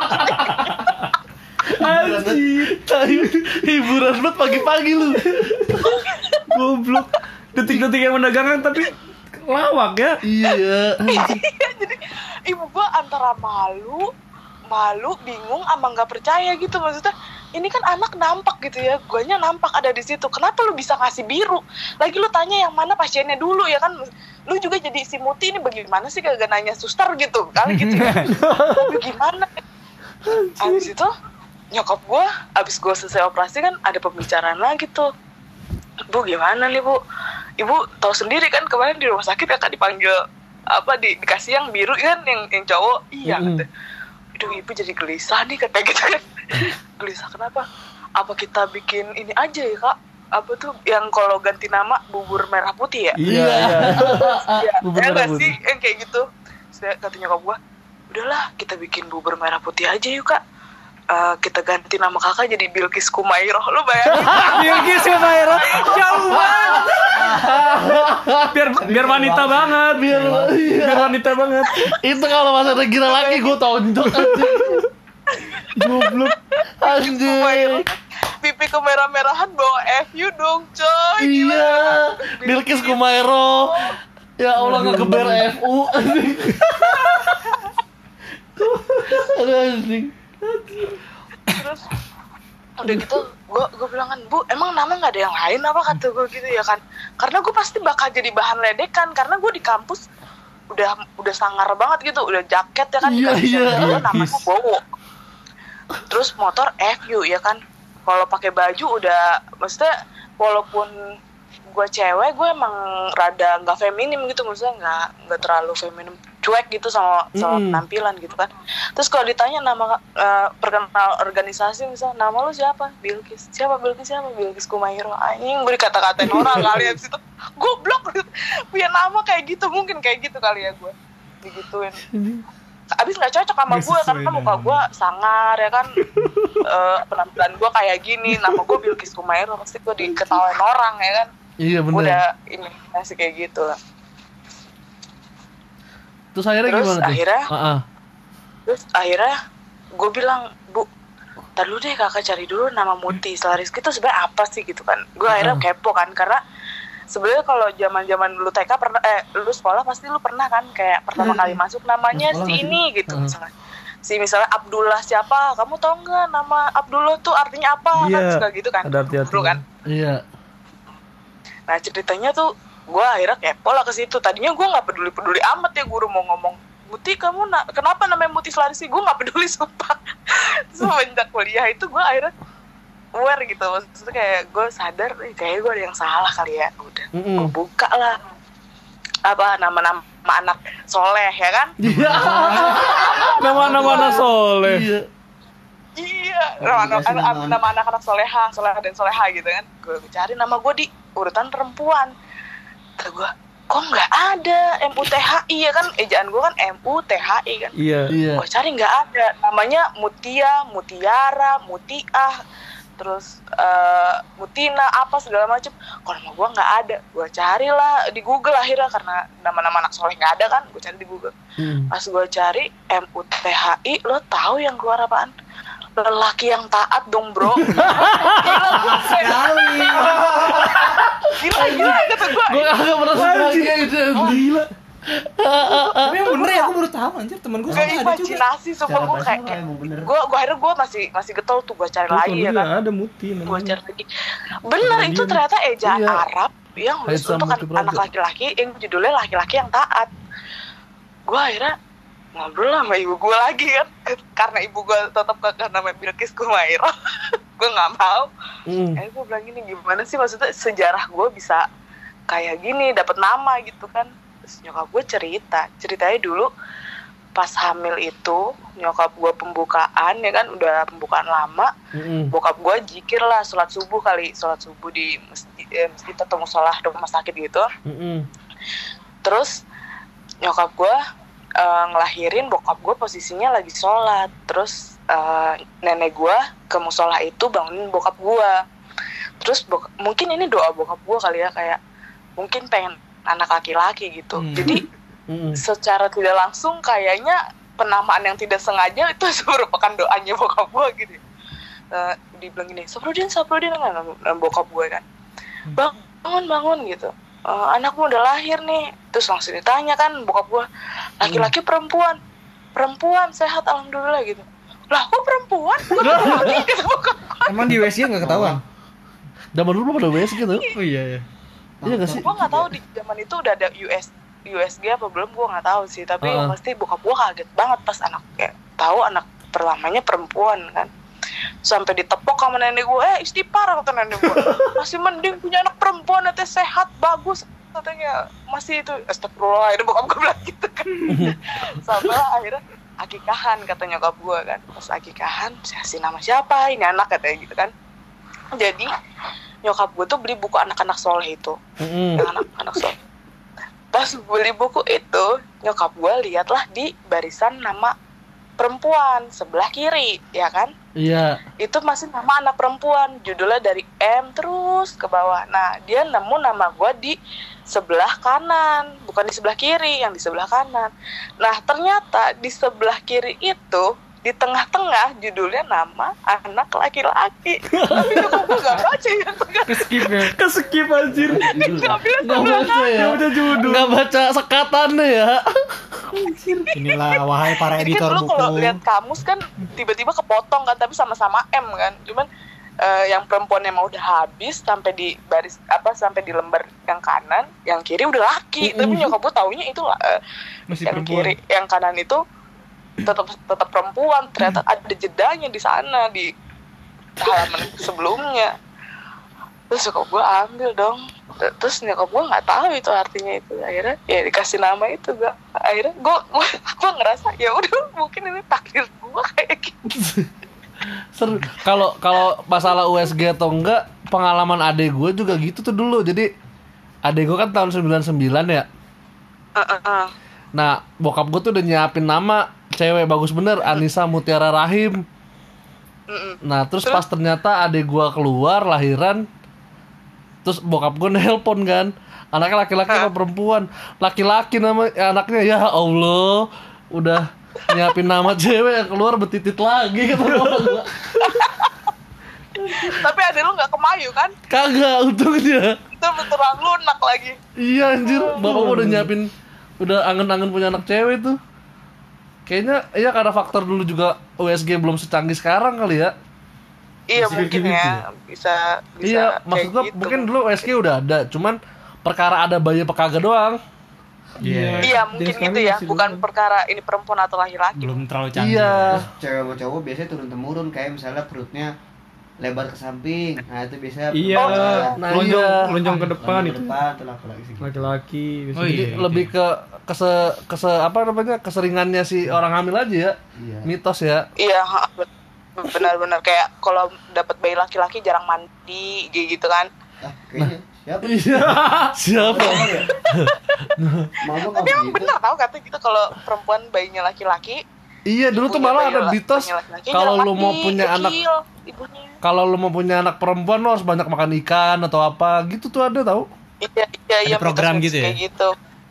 Anjir, hiburan banget pagi-pagi lu. Goblok. Detik-detik yang menegangkan tapi lawak ya. Iya. Jadi ibu gue antara malu, bingung, sama nggak percaya gitu. Maksudnya ini kan anak nampak gitu ya, guanya nampak ada di situ. Kenapa lu bisa ngasih biru? Lagi lu tanya yang mana pasiennya dulu ya kan? Lu juga jadi si Muti ini bagaimana sih kagak nanya suster gitu kali gitu ya? Tapi gimana? Abis itu nyokap gue, abis gue selesai operasi kan ada pembicaraan lagi tuh. Bu gimana nih Bu? Ibu tahu sendiri kan kemarin di rumah sakit kakak dipanggil dikasih yang biru kan, yang cowok. Iya katanya. Aduh ibu jadi gelisah nih katanya gitu kan. Gelisah kenapa? Apa kita bikin ini aja ya kak? Apa tuh yang kalau ganti nama bubur merah putih ya? Iya. Bubur merah putih. Sih yang kayak gitu. Kata nyokap gua, udahlah kita bikin bubur merah putih aja yuk kak. Kita ganti nama kakak jadi Bilqis Kumairo. Lu bayangin? Bilqis Kumairo jauh banget. Biar wanita banget, biar wanita banget. Itu kalau masa Regina laki gue tonjok aja. Goblok. Anjir. Pipi kemerah-merahan bawa FU dong coy. Iya. Bilqis Kumairo. Ya Allah ngegeber FU. Aduh anjing. Terus udah gitu gue bilang kan, Bu emang nama nggak ada yang lain apa, kata gue gitu ya kan, karena gue pasti bakal jadi bahan ledekan karena gue di kampus udah sangar banget gitu, udah jaket ya kan, namanya Bowo, terus motor FU ya kan, kalau pakai baju udah, maksudnya walaupun gue cewek gue emang rada nggak feminim gitu, maksudnya nggak terlalu feminim, cuek gitu sama penampilan gitu kan. Terus kalau ditanya nama perkenal organisasi misalnya, nama lu siapa? Bilqis. Siapa Bilqis? Bilqis Kumairo. Anjing, gue dikata-katain orang kali abis itu. Goblok, punya nama kayak gitu, mungkin kayak gitu kali ya gue digituin. Abis nggak cocok sama gue karena muka gue sangar ya kan, penampilan gue kayak gini, nama gue Bilqis Kumairo, pasti gue diketawain orang ya kan. Iya benar. Udah ini masih kayak gitu lah. Terus akhirnya Terus gimana tuh? akhirnya- Terus akhirnya gue bilang, Bu, ntar dulu deh kakak cari dulu nama Muti Isla Rizky itu sebenarnya apa sih gitu kan. Gue akhirnya kepo kan, karena sebenarnya kalau zaman lu TK pernah lu sekolah pasti lu pernah kan kayak pertama kali masuk namanya si ini gitu misalnya. Misalnya Abdullah siapa, kamu tau nggak nama Abdullah tuh artinya apa? Kan suka gitu kan. Ada arti-artinya. Dulu kan. Iya. Nah ceritanya tuh gue akhirnya kepo lah ke situ. Tadinya gue nggak peduli amat ya guru mau ngomong, Muti kamu kenapa namanya Muti Isla Rizky? Gue nggak peduli sumpah. Semenjak kuliah itu gue akhirnya aware gitu, maksudnya kayak gue sadar kayak gue ada yang salah kali ya. Udah gue buka lah apa nama-nama anak soleh ya kan. Iya. Nama-nama anak soleh. Iya, nama anak-anak soleha dan soleha gitu kan. Gue cari nama gue di urutan perempuan. Kata gue, kok nggak ada MUTHI ya kan? Ejaan gue kan MUTHI kan. Iya. Gue cari nggak ada. Namanya Mutia, Mutiara, Mutiah, terus Mutina apa segala macem. Kalau nama gue nggak ada. Gue carilah di Google akhirnya karena nama-nama anak soleh nggak ada kan. Gue cari di Google. Pas gue cari MUTHI, lo tahu yang keluar apaan? Lelaki yang taat dong bro. Gila kata gue. Gue agak merasa bahagia itu. Gila. Tapi yang bener ya, aku baru tahu anjir, temen gue Gak sama ada juga. imajinasi sumpah gue kayak gue akhirnya gue masih getol tuh gue cari lagi ya kan. Ada Muti Gue namanya. cari lagi. Bener itu ternyata ejaan Iya. Arab yang khusus Haitham untuk Muti Praja. anak laki-laki yang judulnya laki-laki yang taat. Gue akhirnya ngobrol sama ibu gue lagi kan, karena ibu gue tetap ke nama Bilqis Kumairah. Gue nggak mau. Gue bilang gini, gimana sih maksudnya sejarah gue bisa kayak gini dapat nama gitu kan. Terus nyokap gue ceritanya dulu pas hamil itu nyokap gue pembukaan ya kan, udah pembukaan lama. Bokap gue jikir lah sholat subuh di masjid atau musola rumah sakit gitu. Terus nyokap gue ngelahirin, bokap gue posisinya lagi sholat. Terus nenek gue ke musola itu bangunin bokap gue. Terus mungkin ini doa bokap gue kali ya, kayak mungkin pengen anak laki-laki gitu. Jadi secara tidak langsung kayaknya penamaan yang tidak sengaja itu merupakan doanya bokap gue gitu. Dibilang gini, Saprudin kan bokap gue kan, bangun gitu. Anakmu udah lahir nih. Terus langsung ditanya kan bokap gue, laki-laki perempuan sehat alhamdulillah gitu. Lah kok perempuan? Gitu bokap gue. Emang di WC nggak ketahuan? Zaman dulu belum ada WS gitu. Oh iya. Iya gak sih? Gue nggak tahu di zaman itu udah ada USG apa belum, gue nggak tahu sih. Tapi yang pasti bokap gue kaget banget pas tahu anak pertamanya perempuan kan. Sampai ditepok sama nenek gue, istighfar kata nenek gue. Masih mending punya anak perempuan, nanti sehat, bagus katanya. Masih itu, astagfirullah, ini bokap gue bilang gitu kan. Sampai akhirnya akikahan kata nyokap gue kan. Pas akikahan, saya kasih nama siapa, ini anak katanya gitu kan. Jadi nyokap gue tuh beli buku anak-anak soleh itu. Yang anak-anak soleh. Pas beli buku itu, nyokap gue lihatlah di barisan nama perempuan sebelah kiri, ya kan? Iya. Itu masih nama anak perempuan, judulnya dari M terus ke bawah. Nah, dia nemu nama gue di sebelah kanan, bukan di sebelah kiri, yang di sebelah kanan. Nah, ternyata di sebelah kiri itu, di tengah-tengah judulnya nama anak laki-laki. Tapi nyokap gue gak baca ya. Keskip anjir. Gak bilang Nggak sebelah baca ya. Gak baca judul. Nggak baca sekatannya ya. Inilah wahai para Jadi editor kan dulu kalau buku. lihat kamus kan tiba-tiba kepotong kan, tapi sama-sama M kan. Cuman yang perempuannya mau udah habis sampai di baris sampai di lembar yang kanan, yang kiri udah laki. Tapi nyokap gue taunya itu Masih yang perempuan. kiri, yang kanan itu tetap perempuan. Ternyata ada jedanya di sana di halaman sebelumnya. Terus nyokap gue ambil dong. Terus nyokap gue nggak tahu itu artinya itu. Akhirnya ya dikasih nama itu gak. Akhirnya gue ngerasa ya udah mungkin ini takdir gue kayak gitu. Seru. Kalau masalah USG atau enggak, pengalaman adek gue juga gitu tuh dulu. Jadi adek gue kan tahun 99 ya. Nah, bokap gue tuh udah nyiapin nama cewek bagus bener, Anissa Mutiara Rahim. Nah, terus pas ternyata adek gue keluar lahiran, terus bokap gue nelpon kan, Anaknya laki-laki apa perempuan? Laki-laki nama anaknya, ya Allah. Udah nyiapin nama cewek yang keluar betitit lagi kata bapak gua. Tapi adek lu nggak kemayu kan? Kagak, untungnya. Itu beneran lunak lagi. Iya anjir, bapak gua udah nyiapin, udah angen-angen punya anak cewek tuh. Kayaknya iya karena faktor dulu juga USG belum secanggih sekarang kali ya. Iya Masih mungkin kayak ya, gitu. bisa Iya, kayak maksud gua gitu. mungkin dulu USG udah ada, cuman perkara ada bayi apa kagak doang. Iya mungkin gitu ya, bukan perkara ini perempuan atau laki-laki. Belum terlalu canggih. Iya. Cewek sama cowok biasanya turun temurun, kayak misalnya perutnya lebar ke samping. Nah, itu biasanya Iya, nah lonjong, iya. lonjong ke depan ke itu. depan tuh laki-laki segitu. Laki-laki. biasanya. Oh, Jadi iya, lebih ke apa namanya, keseringannya si orang hamil aja ya. Iya. Mitos ya. Iya, benar-benar kayak kalau dapat bayi laki-laki jarang mandi gitu kan. Ah, kayaknya siapa? Iya. Siapa? Mama Tapi nggak emang begitu. benar tahu kata gitu kalau perempuan bayinya laki-laki. Iya, dulu tuh ibunya malah bayi ada mitos bayinya laki-laki kalau jarang lu mau mandi, punya anak, kecil ibunya. kalau lu mau punya anak perempuan lu harus banyak makan ikan atau apa gitu tuh ada tahu. Iya, Ada program mitos-mitos gitu ya? kayak gitu.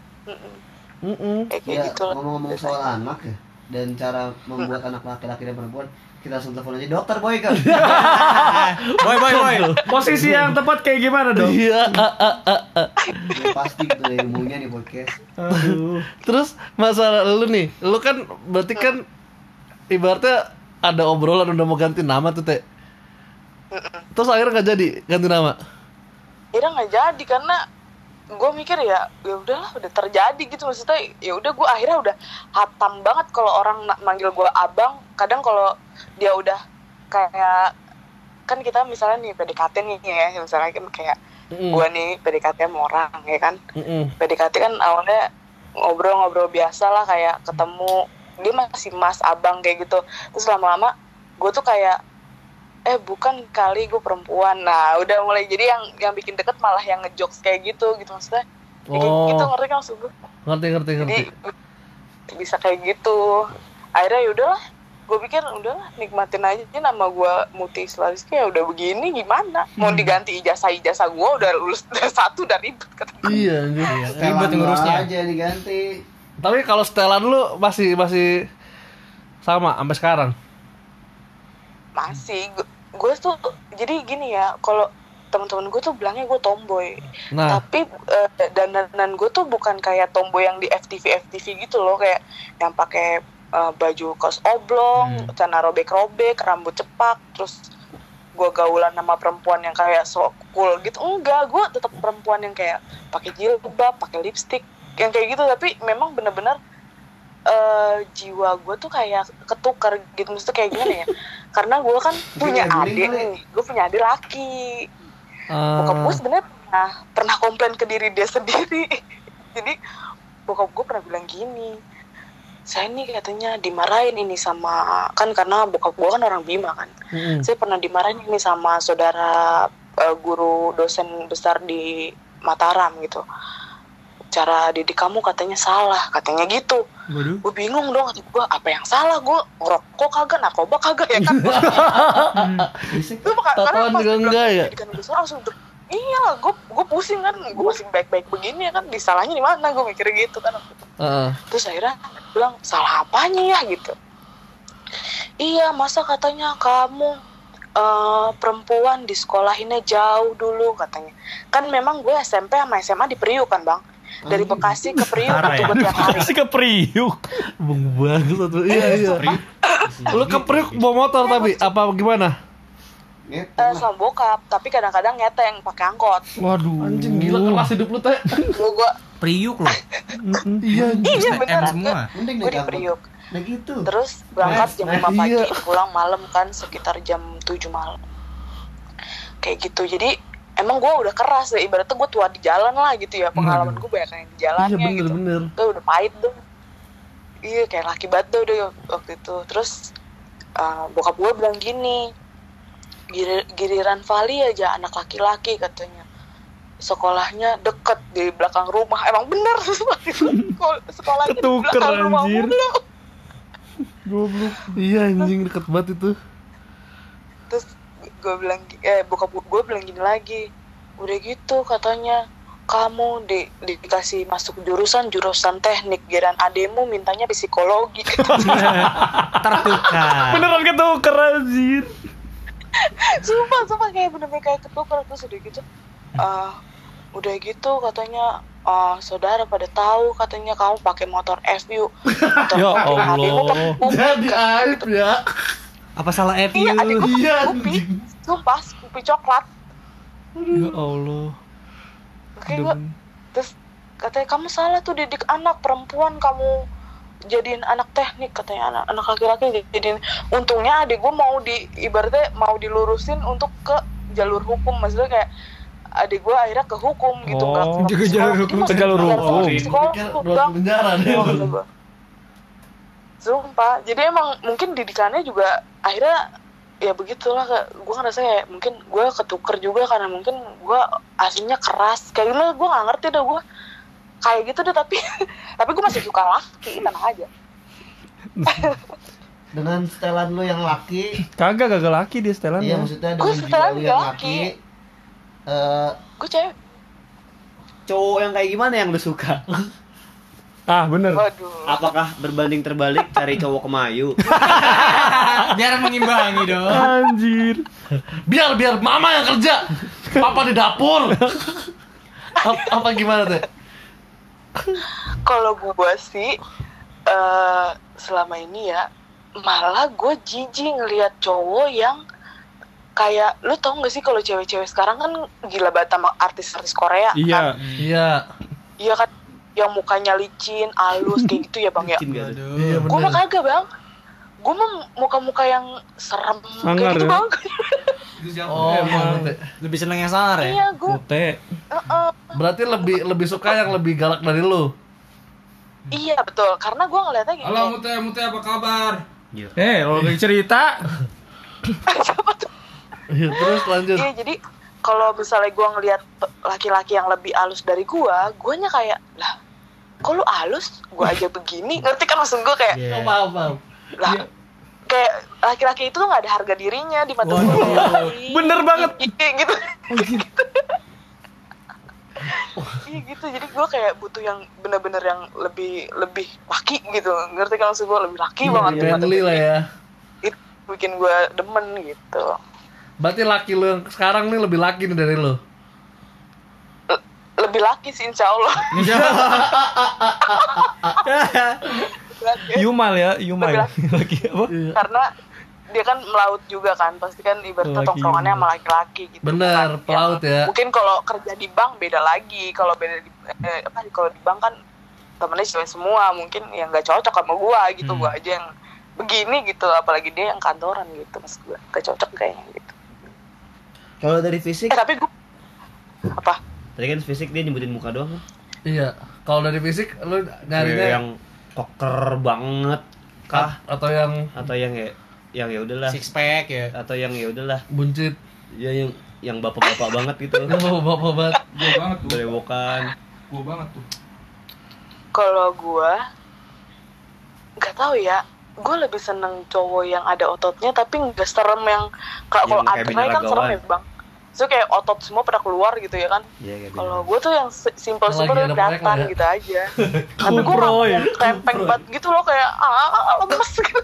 Mm-mm. Kayak Ya, gitu lah. ngomong-ngomong soal anak ya dan cara membuat anak laki-laki dan perempuan, kita langsung telepon aja dokter Boy kan. Boy. Posisi yang tepat kayak gimana dong? Iya. Dia pasti gitu ya ilmunya nih podcast. Aduh. Terus masalah lu nih, lu kan berarti kan ibaratnya ada obrolan udah mau ganti nama tuh Teh. Terus akhirnya nggak jadi ganti nama. Akhirnya nggak jadi karena gue mikir ya udahlah udah terjadi gitu, maksudnya ya udah gue akhirnya udah hatam banget kalau orang manggil gue abang. Kadang kalau dia udah kayak, kan kita misalnya nih PDKT nih ya, misalnya kan kayak gue nih PDKT sama orang ya kan. PDKT kan awalnya ngobrol-ngobrol biasa lah, kayak ketemu dia masih mas abang kayak gitu, terus lama-lama gue tuh kayak bukan kali gue perempuan. Nah udah mulai jadi yang bikin deket malah yang ngejokes kayak gitu maksudnya. Kayak gitu, ngerti kan maksud gue? Ngerti. Jadi bisa kayak gitu. Akhirnya yaudahlah, gue pikir udahlah nikmatin aja nama gue Muti Islariski, ya udah begini gimana mau diganti ijazah gue udah lulus S1 udah ribet kata gue. Iya anjir. Ribet ngurusnya. aja diganti. Tapi kalau setelan lu masih sama sampai sekarang. Masih gue tuh jadi gini ya, kalau teman-teman gue tuh bilangnya gue tomboy. Nah. Tapi dandanan gue tuh bukan kayak tomboy yang di FTV gitu loh, kayak yang pakai baju kaos oblong, celana robek-robek, rambut cepak, terus gue gaulan sama perempuan yang kayak so cool gitu. Enggak, gue tetap perempuan yang kayak pakai jilbab, pakai lipstick, yang kayak gitu. Tapi memang bener-bener jiwa gue tuh kayak ketukar gitu, maksudnya kayak gimana ya, karena gue kan punya adik nih, gue punya adik laki. Bokap gue sebenarnya pernah komplain ke diri dia sendiri. Jadi bokap gue pernah bilang gini, saya nih katanya dimarahin ini sama, kan karena bokap gue kan orang Bima kan, saya pernah dimarahin ini sama saudara guru dosen besar di Mataram gitu, cara didik kamu katanya salah, katanya gitu. Gue bingung dong, gue apa yang salah, gue ngerokok kagak, narkoba kagak ya kan. Itu Tatoan juga enggak ya? langsung iya, gue pusing kan, gue masih baik-baik begini ya kan, disalahnya di mana, gue mikir gitu kan. Terus akhirnya bilang salah apanya ya gitu. Iya, masa katanya kamu perempuan di sekolahinnya jauh dulu katanya. Kan memang gue SMP sama SMA di Priuk kan bang, dari Bekasi ke Priuk itu buat tiap hari. Bekasi ke Priuk. Bang bagus tuh. Iya. Lu ke Priuk bawa motor tapi apa gimana? Sama bokap, tapi kadang-kadang ngeteng pakai angkot. Waduh. Anjing gila kelas hidup lu Teh. Gue Priuk loh. Iya. iya STM beneran semua. Mending gue di naik Priuk. Nah gitu. Terus berangkat jam 5 pagi, iya. pulang malam kan sekitar jam 7 malam. Kayak gitu. Jadi emang gue udah keras ya, ibaratnya gue tua di jalan lah gitu ya. Pengalaman gue banyak yang di jalannya Iya gitu. bener. Gue udah pahit tuh. Iya kayak laki banget udah waktu itu. Terus bokap gue bilang gini, giliran Vali aja anak laki-laki katanya, sekolahnya deket di belakang rumah. Emang bener sekolahnya Ketuker, di belakang rumah anjir. mulu. Goblok. Iya anjing deket banget itu. Terus gue bilang bokap gue bilang gini lagi, udah gitu katanya kamu dikasih masuk jurusan teknik, giliran ademu mintanya psikologi. Tertukar. Beneran ketuker anjir. sumpah kayak bener-bener kayak ketuker. Terus udah gitu udah gitu katanya saudara pada tahu katanya kamu pakai motor FU. Ya Allah. Jadi aib ya. Apa salah FU? Iya, adik gue Iya, Scoopy. Sumpah, Scoopy coklat. Ya Allah. Kayak gue, terus katanya kamu salah tuh didik anak perempuan, kamu jadiin anak teknik katanya, anak laki-laki jadiin. Untungnya adik gue ibaratnya mau dilurusin untuk ke jalur hukum, maksudnya kayak adik gue akhirnya ke hukum gitu, nggak ke jalur hukum, ke jalur hukum. Buat penjara deh. Sumpah, jadi emang mungkin didikannya juga akhirnya ya begitulah. Gue ngerasa kayak mungkin gue ketuker juga karena mungkin gue aslinya keras kayak gitu. Gue nggak ngerti dah gue kayak gitu deh, tapi gue masih suka laki, tenang aja. Dengan setelan lu yang laki. Kagak laki dia setelan. Iya, maksudnya Gua dengan setelan jiwa lu yang laki. laki. Gue cewek. Cowok yang kayak gimana yang lu suka? Ah, bener. Waduh. Apakah berbanding terbalik cari cowok kemayu? Biar mengimbangi dong. Anjir. Biar mama yang kerja, papa di dapur. Apa gimana teh? Kalau gue sih selama ini ya malah gue jijik ngelihat cowok yang kayak, lu tau gak sih kalau cewek-cewek sekarang kan gila banget sama artis-artis Korea Iya. kan? Iya kan, yang mukanya licin, halus kayak gitu ya bang ya. Iya Gue mah bener. kagak bang, gue mah muka-muka yang serem Sangar kayak gitu ya? bang. Oh, Emang. Teh. Lebih seneng yang sangar ya? Iya gue, Mute. Berarti lebih suka yang lebih galak dari lu. iya betul, karena gue ngeliatnya gini. Halo Mute apa kabar? Kalau lagi cerita. Iya, terus lanjut. Iya, jadi kalau misalnya gue ngelihat laki-laki yang lebih halus dari guanya kayak, lah, kok lu halus? Gue aja begini, ngerti kan maksud gue kayak, Oh, paham. lah, kayak laki-laki itu tuh nggak ada harga dirinya di mata gue. Bener banget. Iya gitu. Iya gitu, jadi gue kayak butuh yang bener-bener yang lebih laki gitu, ngerti kan maksud gue, lebih laki banget di mata Manly gue. lah ya. Itu bikin gue demen gitu. Berarti laki lu yang sekarang nih lebih laki nih dari lu. Lebih laki sih insya Allah. Yumal ya, Yumal. Lebih Lagi apa? Karena dia kan melaut juga kan, pasti kan ibaratnya Laki. tongkrongannya sama laki-laki gitu. Bener, Bukan pelaut ya. Mungkin kalau kerja di bank beda lagi. Kalau kalau di bank kan temennya cewek semua, mungkin yang nggak cocok sama gua gitu. Gua aja yang begini gitu, apalagi dia yang kantoran gitu, maksud gua gak cocok kayaknya gitu. Kalau dari fisik, Tapi gua apa? tadi kan fisik dia nyebutin muka doang kan? Iya. Kalau dari fisik lu Kayak nyarinya yang koker banget kah? atau yang Atau yang ya udahlah, Six pack ya. atau yang ya udahlah, buncit. ya yang bapak-bapak banget gitu. Oh, bapak banget. Gua banget tuh. Berewokan. Gua banget tuh. Kalau gua nggak tahu ya. Gue lebih seneng cowok yang ada ototnya tapi nggak serem yang kalau Yang kayak Andre kan serem binaragawan. ya bang. So kayak otot semua pada keluar gitu ya kan. Iya kayak Kalau gue tuh yang simpel-simpel Lagi ada proyek kelihatan lah ya. gitu aja. Tapi gue Kupro nggak ya. krempeng banget gitu loh, kayak lemes gitu.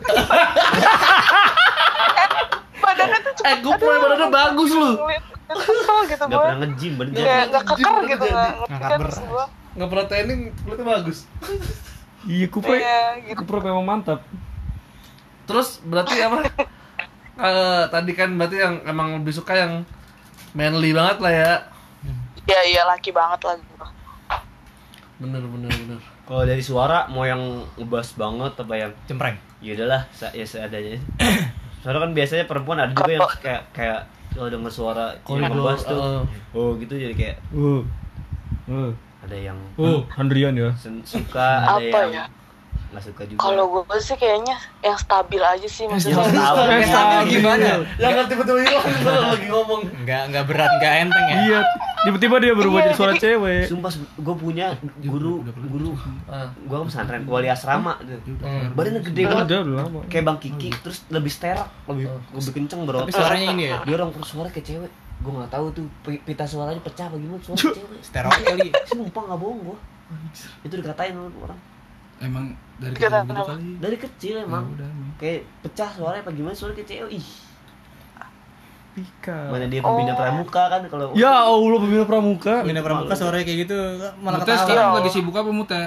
Badannya tuh cuma Gue badannya bagus lu. kesel gitu Gak gue. pernah nge-gym bener. Kayak nggak keker Gym gitu, jadi. nggak ngerti Ngangkat kan berat. maksud gue. Nggak pernah training, kulitnya bagus. Iya, Kupro. Iya gitu. Kupro memang mantap. Terus berarti apa? Tadi kan berarti yang emang lebih suka yang manly banget lah ya. Iya laki banget lah gitu. Bener. Kalau dari suara mau yang ngebas banget apa yang Cempreng. ya udahlah, ya seadanya. Soalnya kan biasanya perempuan ada juga yang kayak kalau denger suara yang ngebas tuh, oh gitu, jadi kayak ada yang Handrian ya. suka, ada Apa yang ya? nggak suka juga. Kalau gue sih kayaknya yang stabil aja sih, maksudnya. Yang stabil. Yang stabil gimana? Yang kan tiba-tiba hilang kalau lagi ngomong. Enggak berat, enggak enteng ya. Iya, tiba-tiba dia berubah Iya, jadi suara jadi- cewek. Sumpah gue punya guru gue pesantren wali asrama tuh. Badannya gede banget Udah lama. kayak Bang Kiki, terus lebih steril, lebih kenceng bro. Tapi suaranya ini ya. Dia orang suara kayak cewek. Gue nggak tahu tuh pita suaranya pecah apa gimana suara cewek. Steroid kali. Sumpah nggak bohong gue. Itu dikatain sama orang. Emang dari Dikatain kecil gitu apa? kali. Dari kecil emang. Ya udah, emang. Kayak pecah suaranya apa gimana suara kayak cewek. Ih. Pika. Mana dia pembina pramuka kan kalau. Ya Allah, pembina pramuka. Bina pramuka suaranya kayak gitu malah Mute ketawa. sekarang lagi sibuk apa Mute?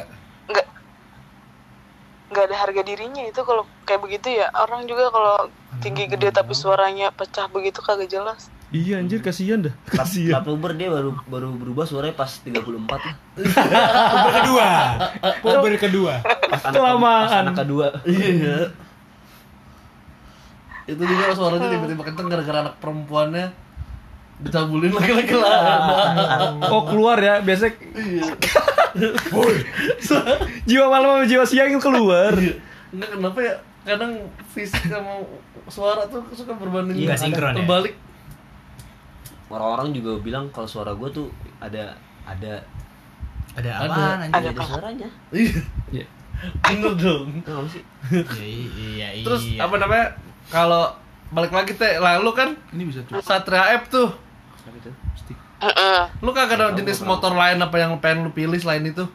Nggak ada harga dirinya itu kalau kayak begitu ya. Orang juga kalau tinggi gede tapi suaranya pecah begitu kagak jelas. Iya anjir, kasihan dah. Kasihan. Plat Uber dia baru berubah suaranya pas 34 lah. Puber kedua. Pas Kelamaan. pas anak kedua. Iya. Itu juga suaranya tiba-tiba kenceng gara-gara anak perempuannya dicabulin laki-laki lain. Oh keluar ya, biasa. Jiwa malam sama jiwa siang itu keluar. Enggak, kenapa ya? Kadang fisik sama suara tuh suka berbanding Iya, sinkron ya? terbalik. Orang-orang juga bilang kalau suara gue tuh ada Ada apaan anjing? ada suaranya. Iya. Iya. Bener dong. Tahu nggak sih? Iya. Terus apa namanya? Kalau balik lagi teh, lalu kan Ini bisa tuh. Satria F tuh. Apa itu? Stick. Lu kagak ada jenis motor lain apa yang pengen lu pilih selain itu?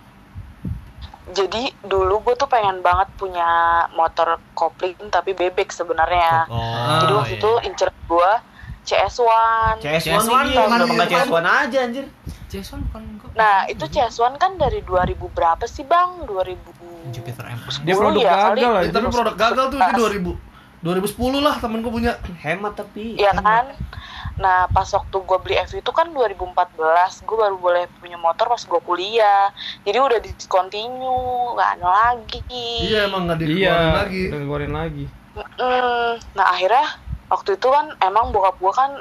Jadi dulu gue tuh pengen banget punya motor kopling tapi bebek sebenarnya. Jadi waktu itu incer gue CS1. CS1 lagi, kenapa nggak CS1 aja anjir? Jason bukan gua. Nah itu CS1 kan dari 2000 berapa sih bang? 2000 Jupiter M. Dia produk ya, gagal kali. lah. Tapi produk gagal tuh di 2010 lah temen gua punya. Hemat tapi. Iya kan? Nah pas waktu gue beli F itu kan 2014, gue baru boleh punya motor pas gue kuliah. Jadi udah discontinue, gak ada lagi. Iya emang nggak dikeluarin lagi. Udah keluarin lagi. Nah akhirnya waktu itu kan emang bokap gue kan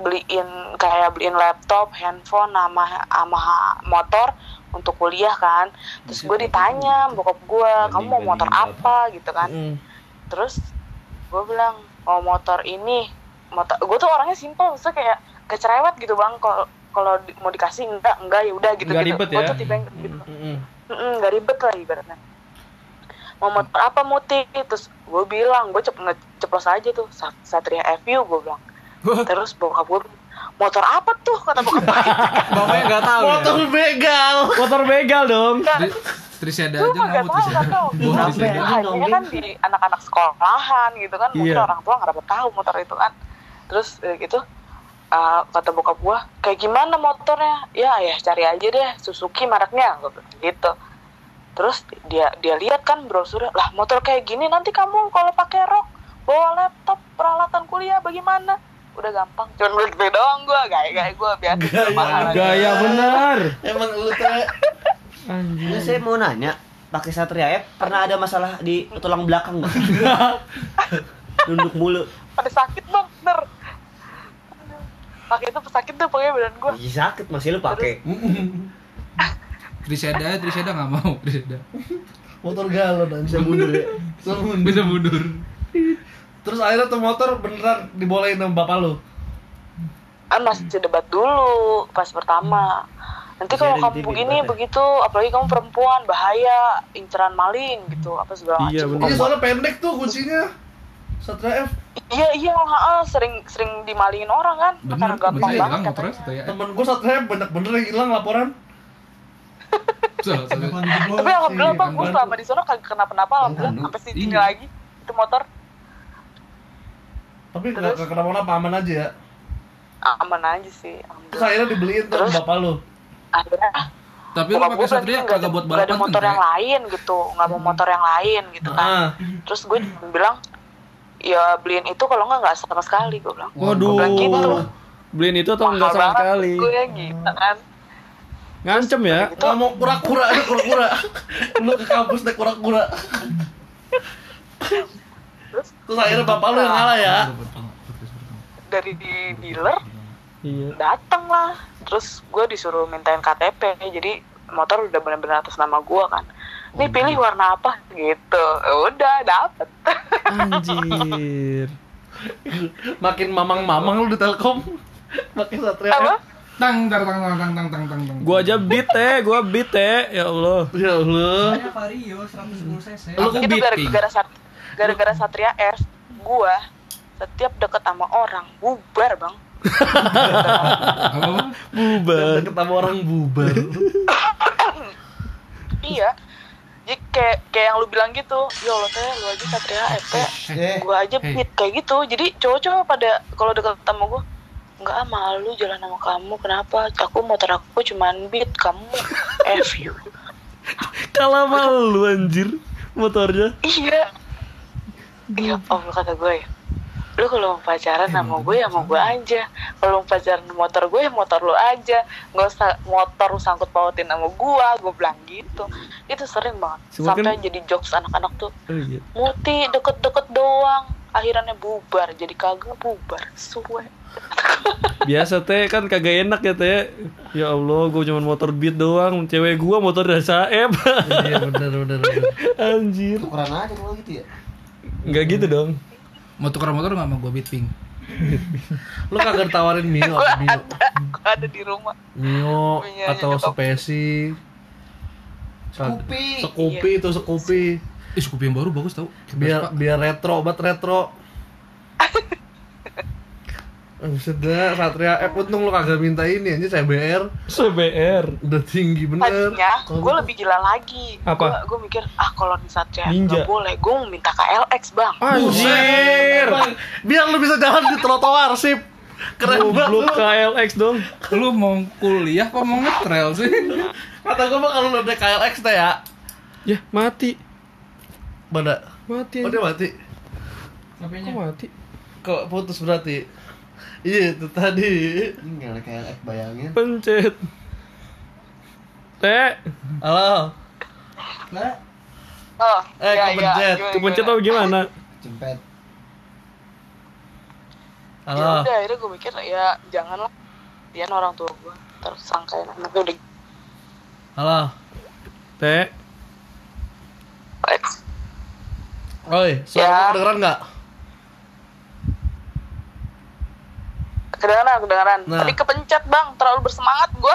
beliin laptop, handphone, sama motor untuk kuliah kan. Terus gue ditanya bokap gue, kamu mau motor apa gitu kan. Terus gue bilang, oh motor ini. Gue tuh orangnya simpel, maksudnya kayak gak cerewet gitu bang. Kalau mau dikasih enggak ya udah gitu. Nggak ribet Gue ya? tuh tipe yang gitu. Nggak ribet lah ibaratnya. Mau motor apa Muti? Terus gue bilang, gue ceplos aja tuh Satria FU gue bilang. Terus bokap gue, motor apa tuh? Kata bokap gue. Bapaknya enggak tahu. Motor begal. Motor begal dong. Triseda Gue aja nggak nggak mau tahu, Triseda. nggak tahu. Triseda. Hanya kan di anak-anak sekolahan gitu kan, mungkin Iya. orang tua nggak dapat tahu motor itu kan. Terus gitu, kata bokap gue, kayak gimana motornya? Ya cari aja deh, Suzuki mereknya, gitu. Terus dia lihat kan brosurnya, lah motor kayak gini nanti kamu kalau pakai rok, bawa laptop, peralatan kuliah bagaimana? Udah gampang, cuman gue gitu doang gue, gaya gue biasa. Gaya bener. Emang lu teh. Ini saya mau nanya, pakai Satria F pernah ada masalah di tulang belakang nggak? Nunduk mulu. Pada sakit bang, bener. Pakai itu sakit tuh pakai badan gue. Ih, sakit masih lu pakai. Triseda nggak mau Triseda. Motor galon dan bisa mundur ya. Bisa mundur. Terus akhirnya tuh motor beneran dibolehin sama bapak lu. Kan masih debat dulu pas pertama. Nanti Masih kalau ada kamu di begini debat ya? begitu, apalagi kamu perempuan bahaya, inceran maling gitu, apa segala Iya, macam. bener. Iya soalnya pendek tuh kuncinya. Satria F. Iya, sering dimalingin orang kan, karena Bener, gampang masih banget hilang motornya katanya. Satria F. Temen gua Satria F banyak bener yang hilang laporan. Tapi alhamdulillah bang, gue selama di sana kagak kenapa-napa, alhamdulillah sampai sini lagi itu motor Tapi nggak kenapa-napa, aman aja ya. aman aja sih, Terus alhamdulillah. akhirnya dibeliin tuh Terus? sama bapak lu. Akhirnya Tapi lu bokap pakai gue berarti Satria nggak kagak buat nggak ada balapan motor kan? yang lain gitu, nggak mau motor yang lain gitu kan. Terus gue bilang, ya beliin itu kalau nggak sama sekali, gue bilang. Waduh. Gue bilang gitu. Beliin itu atau enggak Mahal sama banget sekali? gue gitu kan. Ngancem ya? Gitu. Nggak mau kura-kura, ada kura-kura. Lu ke kampus naik kura-kura. Terus akhirnya bapak lu yang ngalah ya. Dari di dealer Iya. datang lah, terus gue disuruh mintain KTP, jadi motor udah benar-benar atas nama gue kan. Nih pilih warna apa gitu, udah dapet. Anjir. Makin mamang-mamang lu di Telkom. Pakai Satria Apa? F. Tang. Gua aja beat ya Allah. Ya Allah. Vario 110 cc. Aku Itu beating. gara-gara Satria F, gue setiap deket sama orang bubar bang. Apa? Bubar. Deket sama orang bubar. Iya. Jadi kayak yang lu bilang gitu, ya Allah teh, lu aja Satria FP, gua aja beat kayak gitu. Jadi cowok-cowok pada kalau deket sama gua, enggak malu jalan sama kamu, kenapa? Aku motor aku cuman beat, kamu FU. Kalah malu anjir motornya. Iya. Iya, kata gue ya. Lu kalau mau pacaran sama gue ya sama gue aja. Kalau mau pacaran motor gue ya motor lu aja. Nggak usah motor lu sangkut pautin sama gue bilang gitu. Itu sering banget. Cuma Sampai kan- jadi jokes anak-anak tuh. Oh, iya. Muti deket-deket doang, akhirnya bubar. Jadi kagak bubar. Suwe. Biasa teh kan kagak enak ya teh. Ya Allah, gue cuma motor beat doang. Cewek gue motor dari Saeb. Iya bener. Anjir. Tukeran aja kalau gitu ya. Enggak gitu dong. Mau tukar motor nggak mau gue beat pink? Lu kagak ditawarin Mio Gue apa Mio? gue ada di rumah. Mio Punya atau nyokap. Spesi. Scoopy itu Scoopy. Scoopy yang baru bagus tau. Biar retro, obat retro. Sudah Satria untung lu kagak minta ini anjir CBR. CBR. Udah tinggi bener. Tadinya gue lebih gila lagi. Apa? Gue mikir kalau di Satria Ninja. nggak boleh, gue mau minta KLX bang. Anjir. Biar lu bisa jalan di trotoar sip. Keren banget lu. Goblok KLX dong. Lu mau kuliah apa mau nge-trail sih? Kata gua mah kalau lu naik KLX teh ya. Ya, mati. Mana? Mati. Oh dia mati. Kok mati? Kok putus berarti? Iya itu tadi. Ini nggak ada KLX bayangin. Pencet. Teh, Halo. Oh, kepencet. kepencet tau gimana? Jempet. Ya Halo. udah, akhirnya gue mikir ya janganlah. Dia orang tua gue terus sangkain anaknya udah Halo. Teh, KLX. Oi, suara Ya. gua kedengeran enggak? Kedengeran. Nah. Tadi kepencet bang, terlalu bersemangat gue.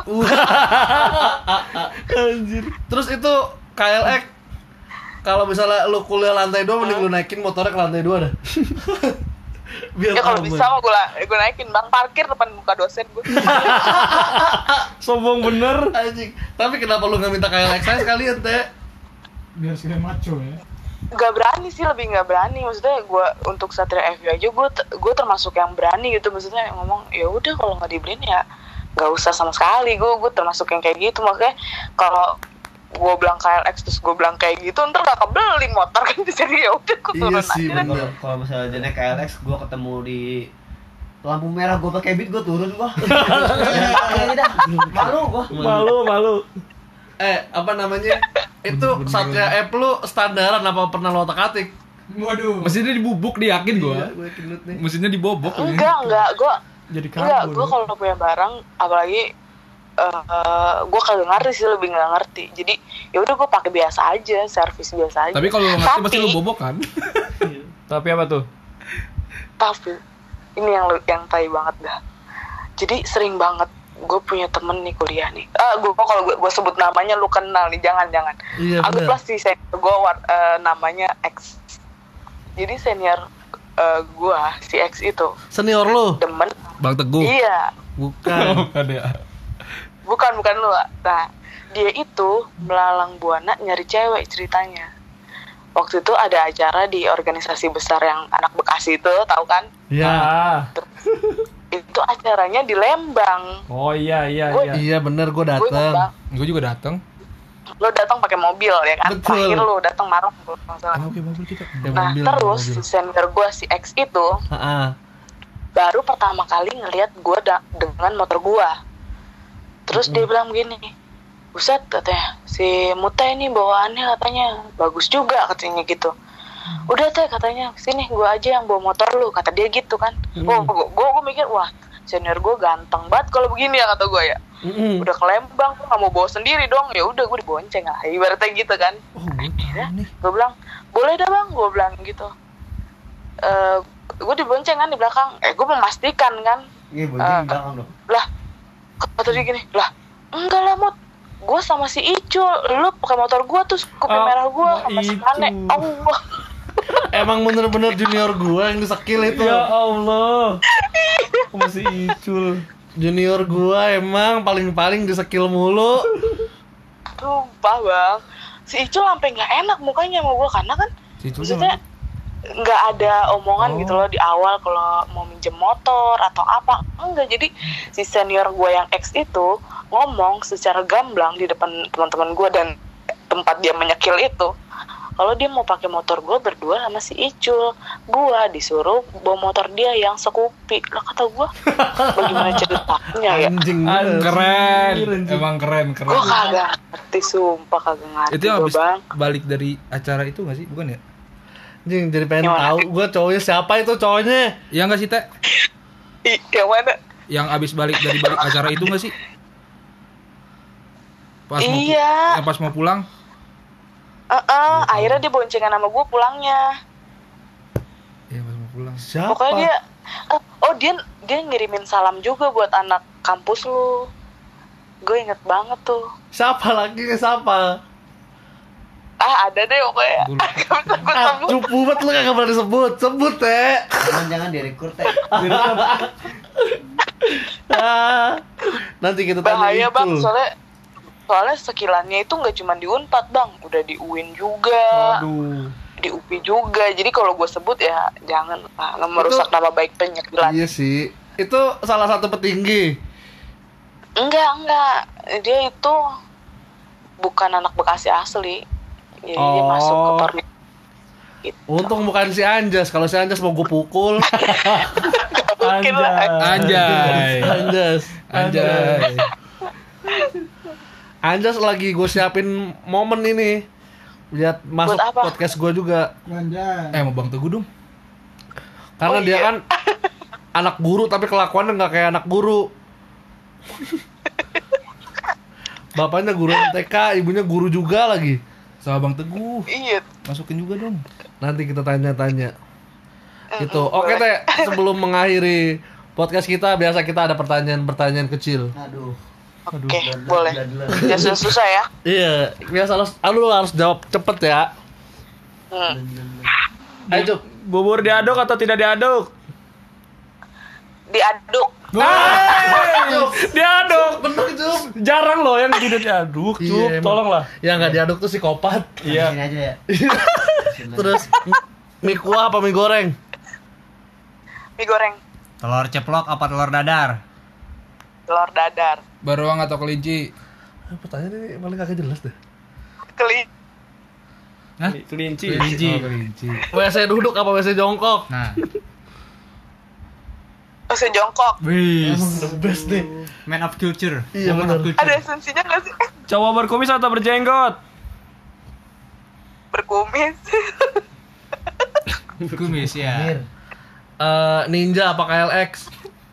Anjir. Terus itu KLX kalau misalnya lu kuliah lantai 2 mending lu naikin motornya ke lantai 2 dah. Biar Ya kalau aman. bisa mah gue naikin bang, parkir depan muka dosen gue. sombong bener. Anjing. Tapi kenapa lu enggak minta KLX saya sekalian, Teh? Biar sekalian maco ya. Gak berani sih, lebih gak berani. Maksudnya gue untuk Satria FU aja gue termasuk yang berani gitu. Maksudnya ngomong ya udah kalau nggak dibeliin ya nggak usah sama sekali. Gue termasuk yang kayak gitu. Makanya kalau gue bilang KLX terus gue bilang kayak gitu ntar gak kebeli motor kan. Jadi ya udah gue Iya turun sih, aja. bener. Kalau misalnya dia naik KLX, gue ketemu di lampu merah, gue pakai beat, gue turun gue. Malu gue. Malu. Apa namanya? Itu Satria F lu standaran apa pernah lo otak-atik? Waduh. Mesinnya dibubuk, dia yakin gue. Gue kendut nih. Mesinnya dibobok. Enggak gue Jadi enggak, kabur. gue kalau punya barang apalagi gue kagak ngerti sih, lebih nggak ngerti. Jadi ya udah gue pakai biasa aja, servis biasa aja. Tapi kalau lu ngerti pasti lu bobok kan? Tapi apa tuh? Tapi ini yang tai banget dah. Jadi sering banget gue punya temen nih kuliah nih. Kalau gue sebut namanya lu kenal nih, jangan. Iya, Anggaplah si senior gue namanya X. Jadi senior gue si X itu Senior lu? demen. Bang Teguh. Iya, Bukan. Bukan ya. bukan lu. Nah, dia itu melalang buana nyari cewek ceritanya. Waktu itu ada acara di organisasi besar yang anak Bekasi itu, tahu kan? Iya. Ah. Itu acaranya di Lembang. Oh iya. Iya bener gue Gue datang. Gue juga datang. lo datang pakai mobil ya kan? Betul. Terakhir lo datang malam kalau nggak salah. Oke, mobil kita. Nah terus si senior gue si X itu Heeh. baru pertama kali ngelihat gue dengan motor gue. Terus dia bilang begini, buset katanya, si Muta ini bawaannya katanya bagus juga katanya gitu. Udah teh katanya, sini gue aja yang bawa motor lu, kata dia gitu kan. Gue mikir, wah senior gue ganteng banget kalau begini ya kata gue ya. Udah ke Lembang, gue gak mau bawa sendiri dong. Ya udah gue dibonceng lah, ibaratnya gitu kan. Gue bilang, boleh dah bang, gue bilang gitu. Gue dibonceng kan di belakang. Gue memastikan kan. Iya, bonceng belakang dong. Lah, kata dia gini, lah enggak lah Mut, gue sama si Icul, lu pakai motor gue tuh kopi merah gue sama si Kane. Allah. Emang bener-bener junior gue yang disekil itu. Ya Allah. Masih si Icul. Junior gua emang paling-paling di skill mulu. Sumpah bang, si Icul sampai nggak enak mukanya sama gue karena kan Si Icul maksudnya nggak ada omongan gitu loh di awal kalau mau minjem motor atau apa, enggak. Jadi si senior gue yang ex itu ngomong secara gamblang di depan teman-teman gue dan tempat dia menyekil itu kalau dia mau pakai motor gue berdua sama si Icul. Gue disuruh bawa motor dia yang Scoopy. Lah kata gue, bagaimana ceritanya ya? Anjing. Keren. Emang keren. Gue kagak ngerti, sumpah kagak ngerti. Itu yang gue habis bang. balik dari acara itu nggak sih? Bukan ya? Anjing, jadi pengen Gimana? tahu gua cowoknya siapa itu cowoknya. Iya nggak sih, Teh? Yang mana? Yang abis balik dari balik acara itu nggak sih? Iya. Yang pas mau pulang? Akhirnya dia boncengan sama gue pulangnya. Iya pas mau pulang. Siapa? Pokoknya dia ngirimin salam juga buat anak kampus lu. Gue inget banget tuh. Siapa lagi? Siapa? Ada deh pokoknya. Gak bisa gue sebut. Cupu banget lu kagak boleh disebut. Sebut, Teh. Jangan direkrut teh. Nanti kita tanya Bahaya bang, Icul. soalnya sekilannya itu nggak cuma di Unpad bang, udah di UIN juga, Aduh. di UPI juga. Jadi kalau gue sebut ya jangan merusak nama baik penyekilan. Iya sih. Itu salah satu petinggi. Enggak, dia itu bukan anak Bekasi asli, jadi dia masuk ke Parmi. Gitu. Untung bukan si Anjas. Kalau si Anjas mau gue pukul. Mungkin lah. Anjay. Anjas. Anjas lagi gue siapin momen ini. Lihat masuk Buat apa? podcast gue juga. Mau Bang Teguh dong. Karena Oh, dia iya. kan anak guru tapi kelakuannya nggak kayak anak guru. Bapaknya guru TK, ibunya guru juga lagi. Sama Bang Teguh. Iya. Masukin juga dong. Nanti kita tanya-tanya. Gitu. Oke Teh, sebelum mengakhiri podcast kita, biasa kita ada pertanyaan-pertanyaan kecil. Aduh. Oke, boleh. Ya susah ya. Iya, biasa lu harus jawab cepet ya. Ayo Cuk. Bubur diaduk atau tidak diaduk? Diaduk. Diaduk. Bener Cuk. Jarang loh yang tidak diaduk, Iya, Cuk. emang. Tolonglah. Yang nggak diaduk tuh psikopat. Iya. Sini aja ya. Terus mie kuah apa mie goreng? Mie goreng. Telur ceplok apa telur dadar? Telur dadar. Baruang atau kelinci? Pertanyaan ini paling kagak jelas deh. Kelinci. Kelinci. WC duduk apa WC jongkok? Nah, Masih jongkok. Emang the best nih. man of culture. Iya, Woman bener. of culture. Ada esensinya nggak sih? Cowok berkumis atau berjenggot? Berkumis. Kumis ya. Ninja apa KLX?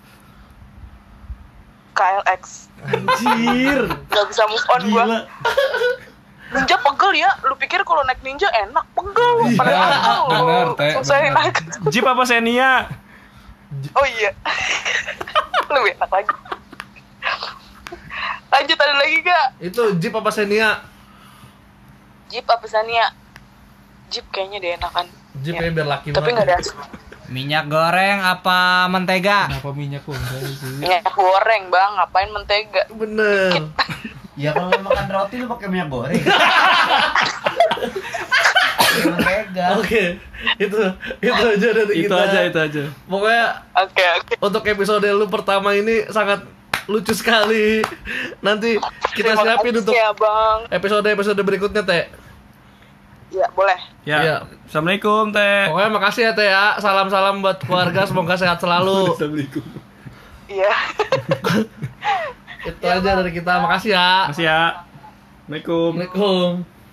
KLX. Anjir. Gak bisa move on gua. Ninja pegel ya. Lu pikir kalau naik ninja enak? Pegel. Padahal bener, Teh, susah bener. naik. Jeep apa Xenia? Oh iya. Lebih enak lagi. Lanjut, ada lagi gak? Itu Jeep apa Xenia? Jeep apa Xenia? Jeep kayaknya deh enakan. Jeep Ya. ya biar laki Tapi banget. gak ada Minyak goreng apa mentega? Kenapa minyak kok enggak sih? minyak goreng bang. Ngapain mentega? Bener. Ya kalau makan roti lu pakai minyak goreng. Mentega. Oke, itu aja dari Itu kita. aja. Pokoknya Oke. untuk episode lu pertama ini sangat lucu sekali. Nanti kita Terima siapin kasih untuk ya bang. episode berikutnya Teh. Ya boleh. Ya. Iya. Assalamualaikum, Teh. Pokoknya makasih ya Teh ya. Salam-salam buat keluarga, semoga sehat selalu. Assalamualaikum. Iya. Itu aja dari kita. Makasih ya. Makasih ya. Assalamualaikum. Assalamualaikum.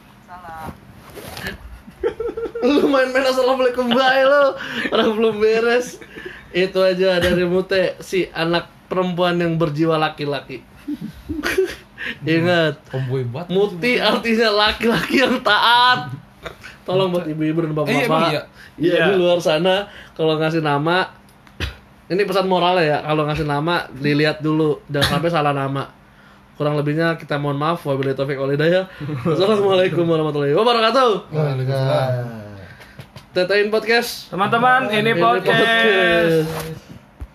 Lu main-main assalamualaikum bye lu. Orang belum beres. Itu aja dari Mute, si anak perempuan yang berjiwa laki-laki. Ingat, Tomboy banget. Muti artinya laki-laki yang taat. Tolong buat ibu-ibu dan bapak-bapak. Emang iya? Iya, Iya. di luar sana kalau ngasih nama, ini pesan moralnya ya, kalau ngasih nama dilihat dulu, jangan sampai salah nama. Kurang lebihnya kita mohon maaf. Wabillahi taufiq wal hidayah. Wassalamualaikum warahmatullahi wabarakatuh. Waalaikumsalam. Tetain podcast. Teman-teman, ini podcast.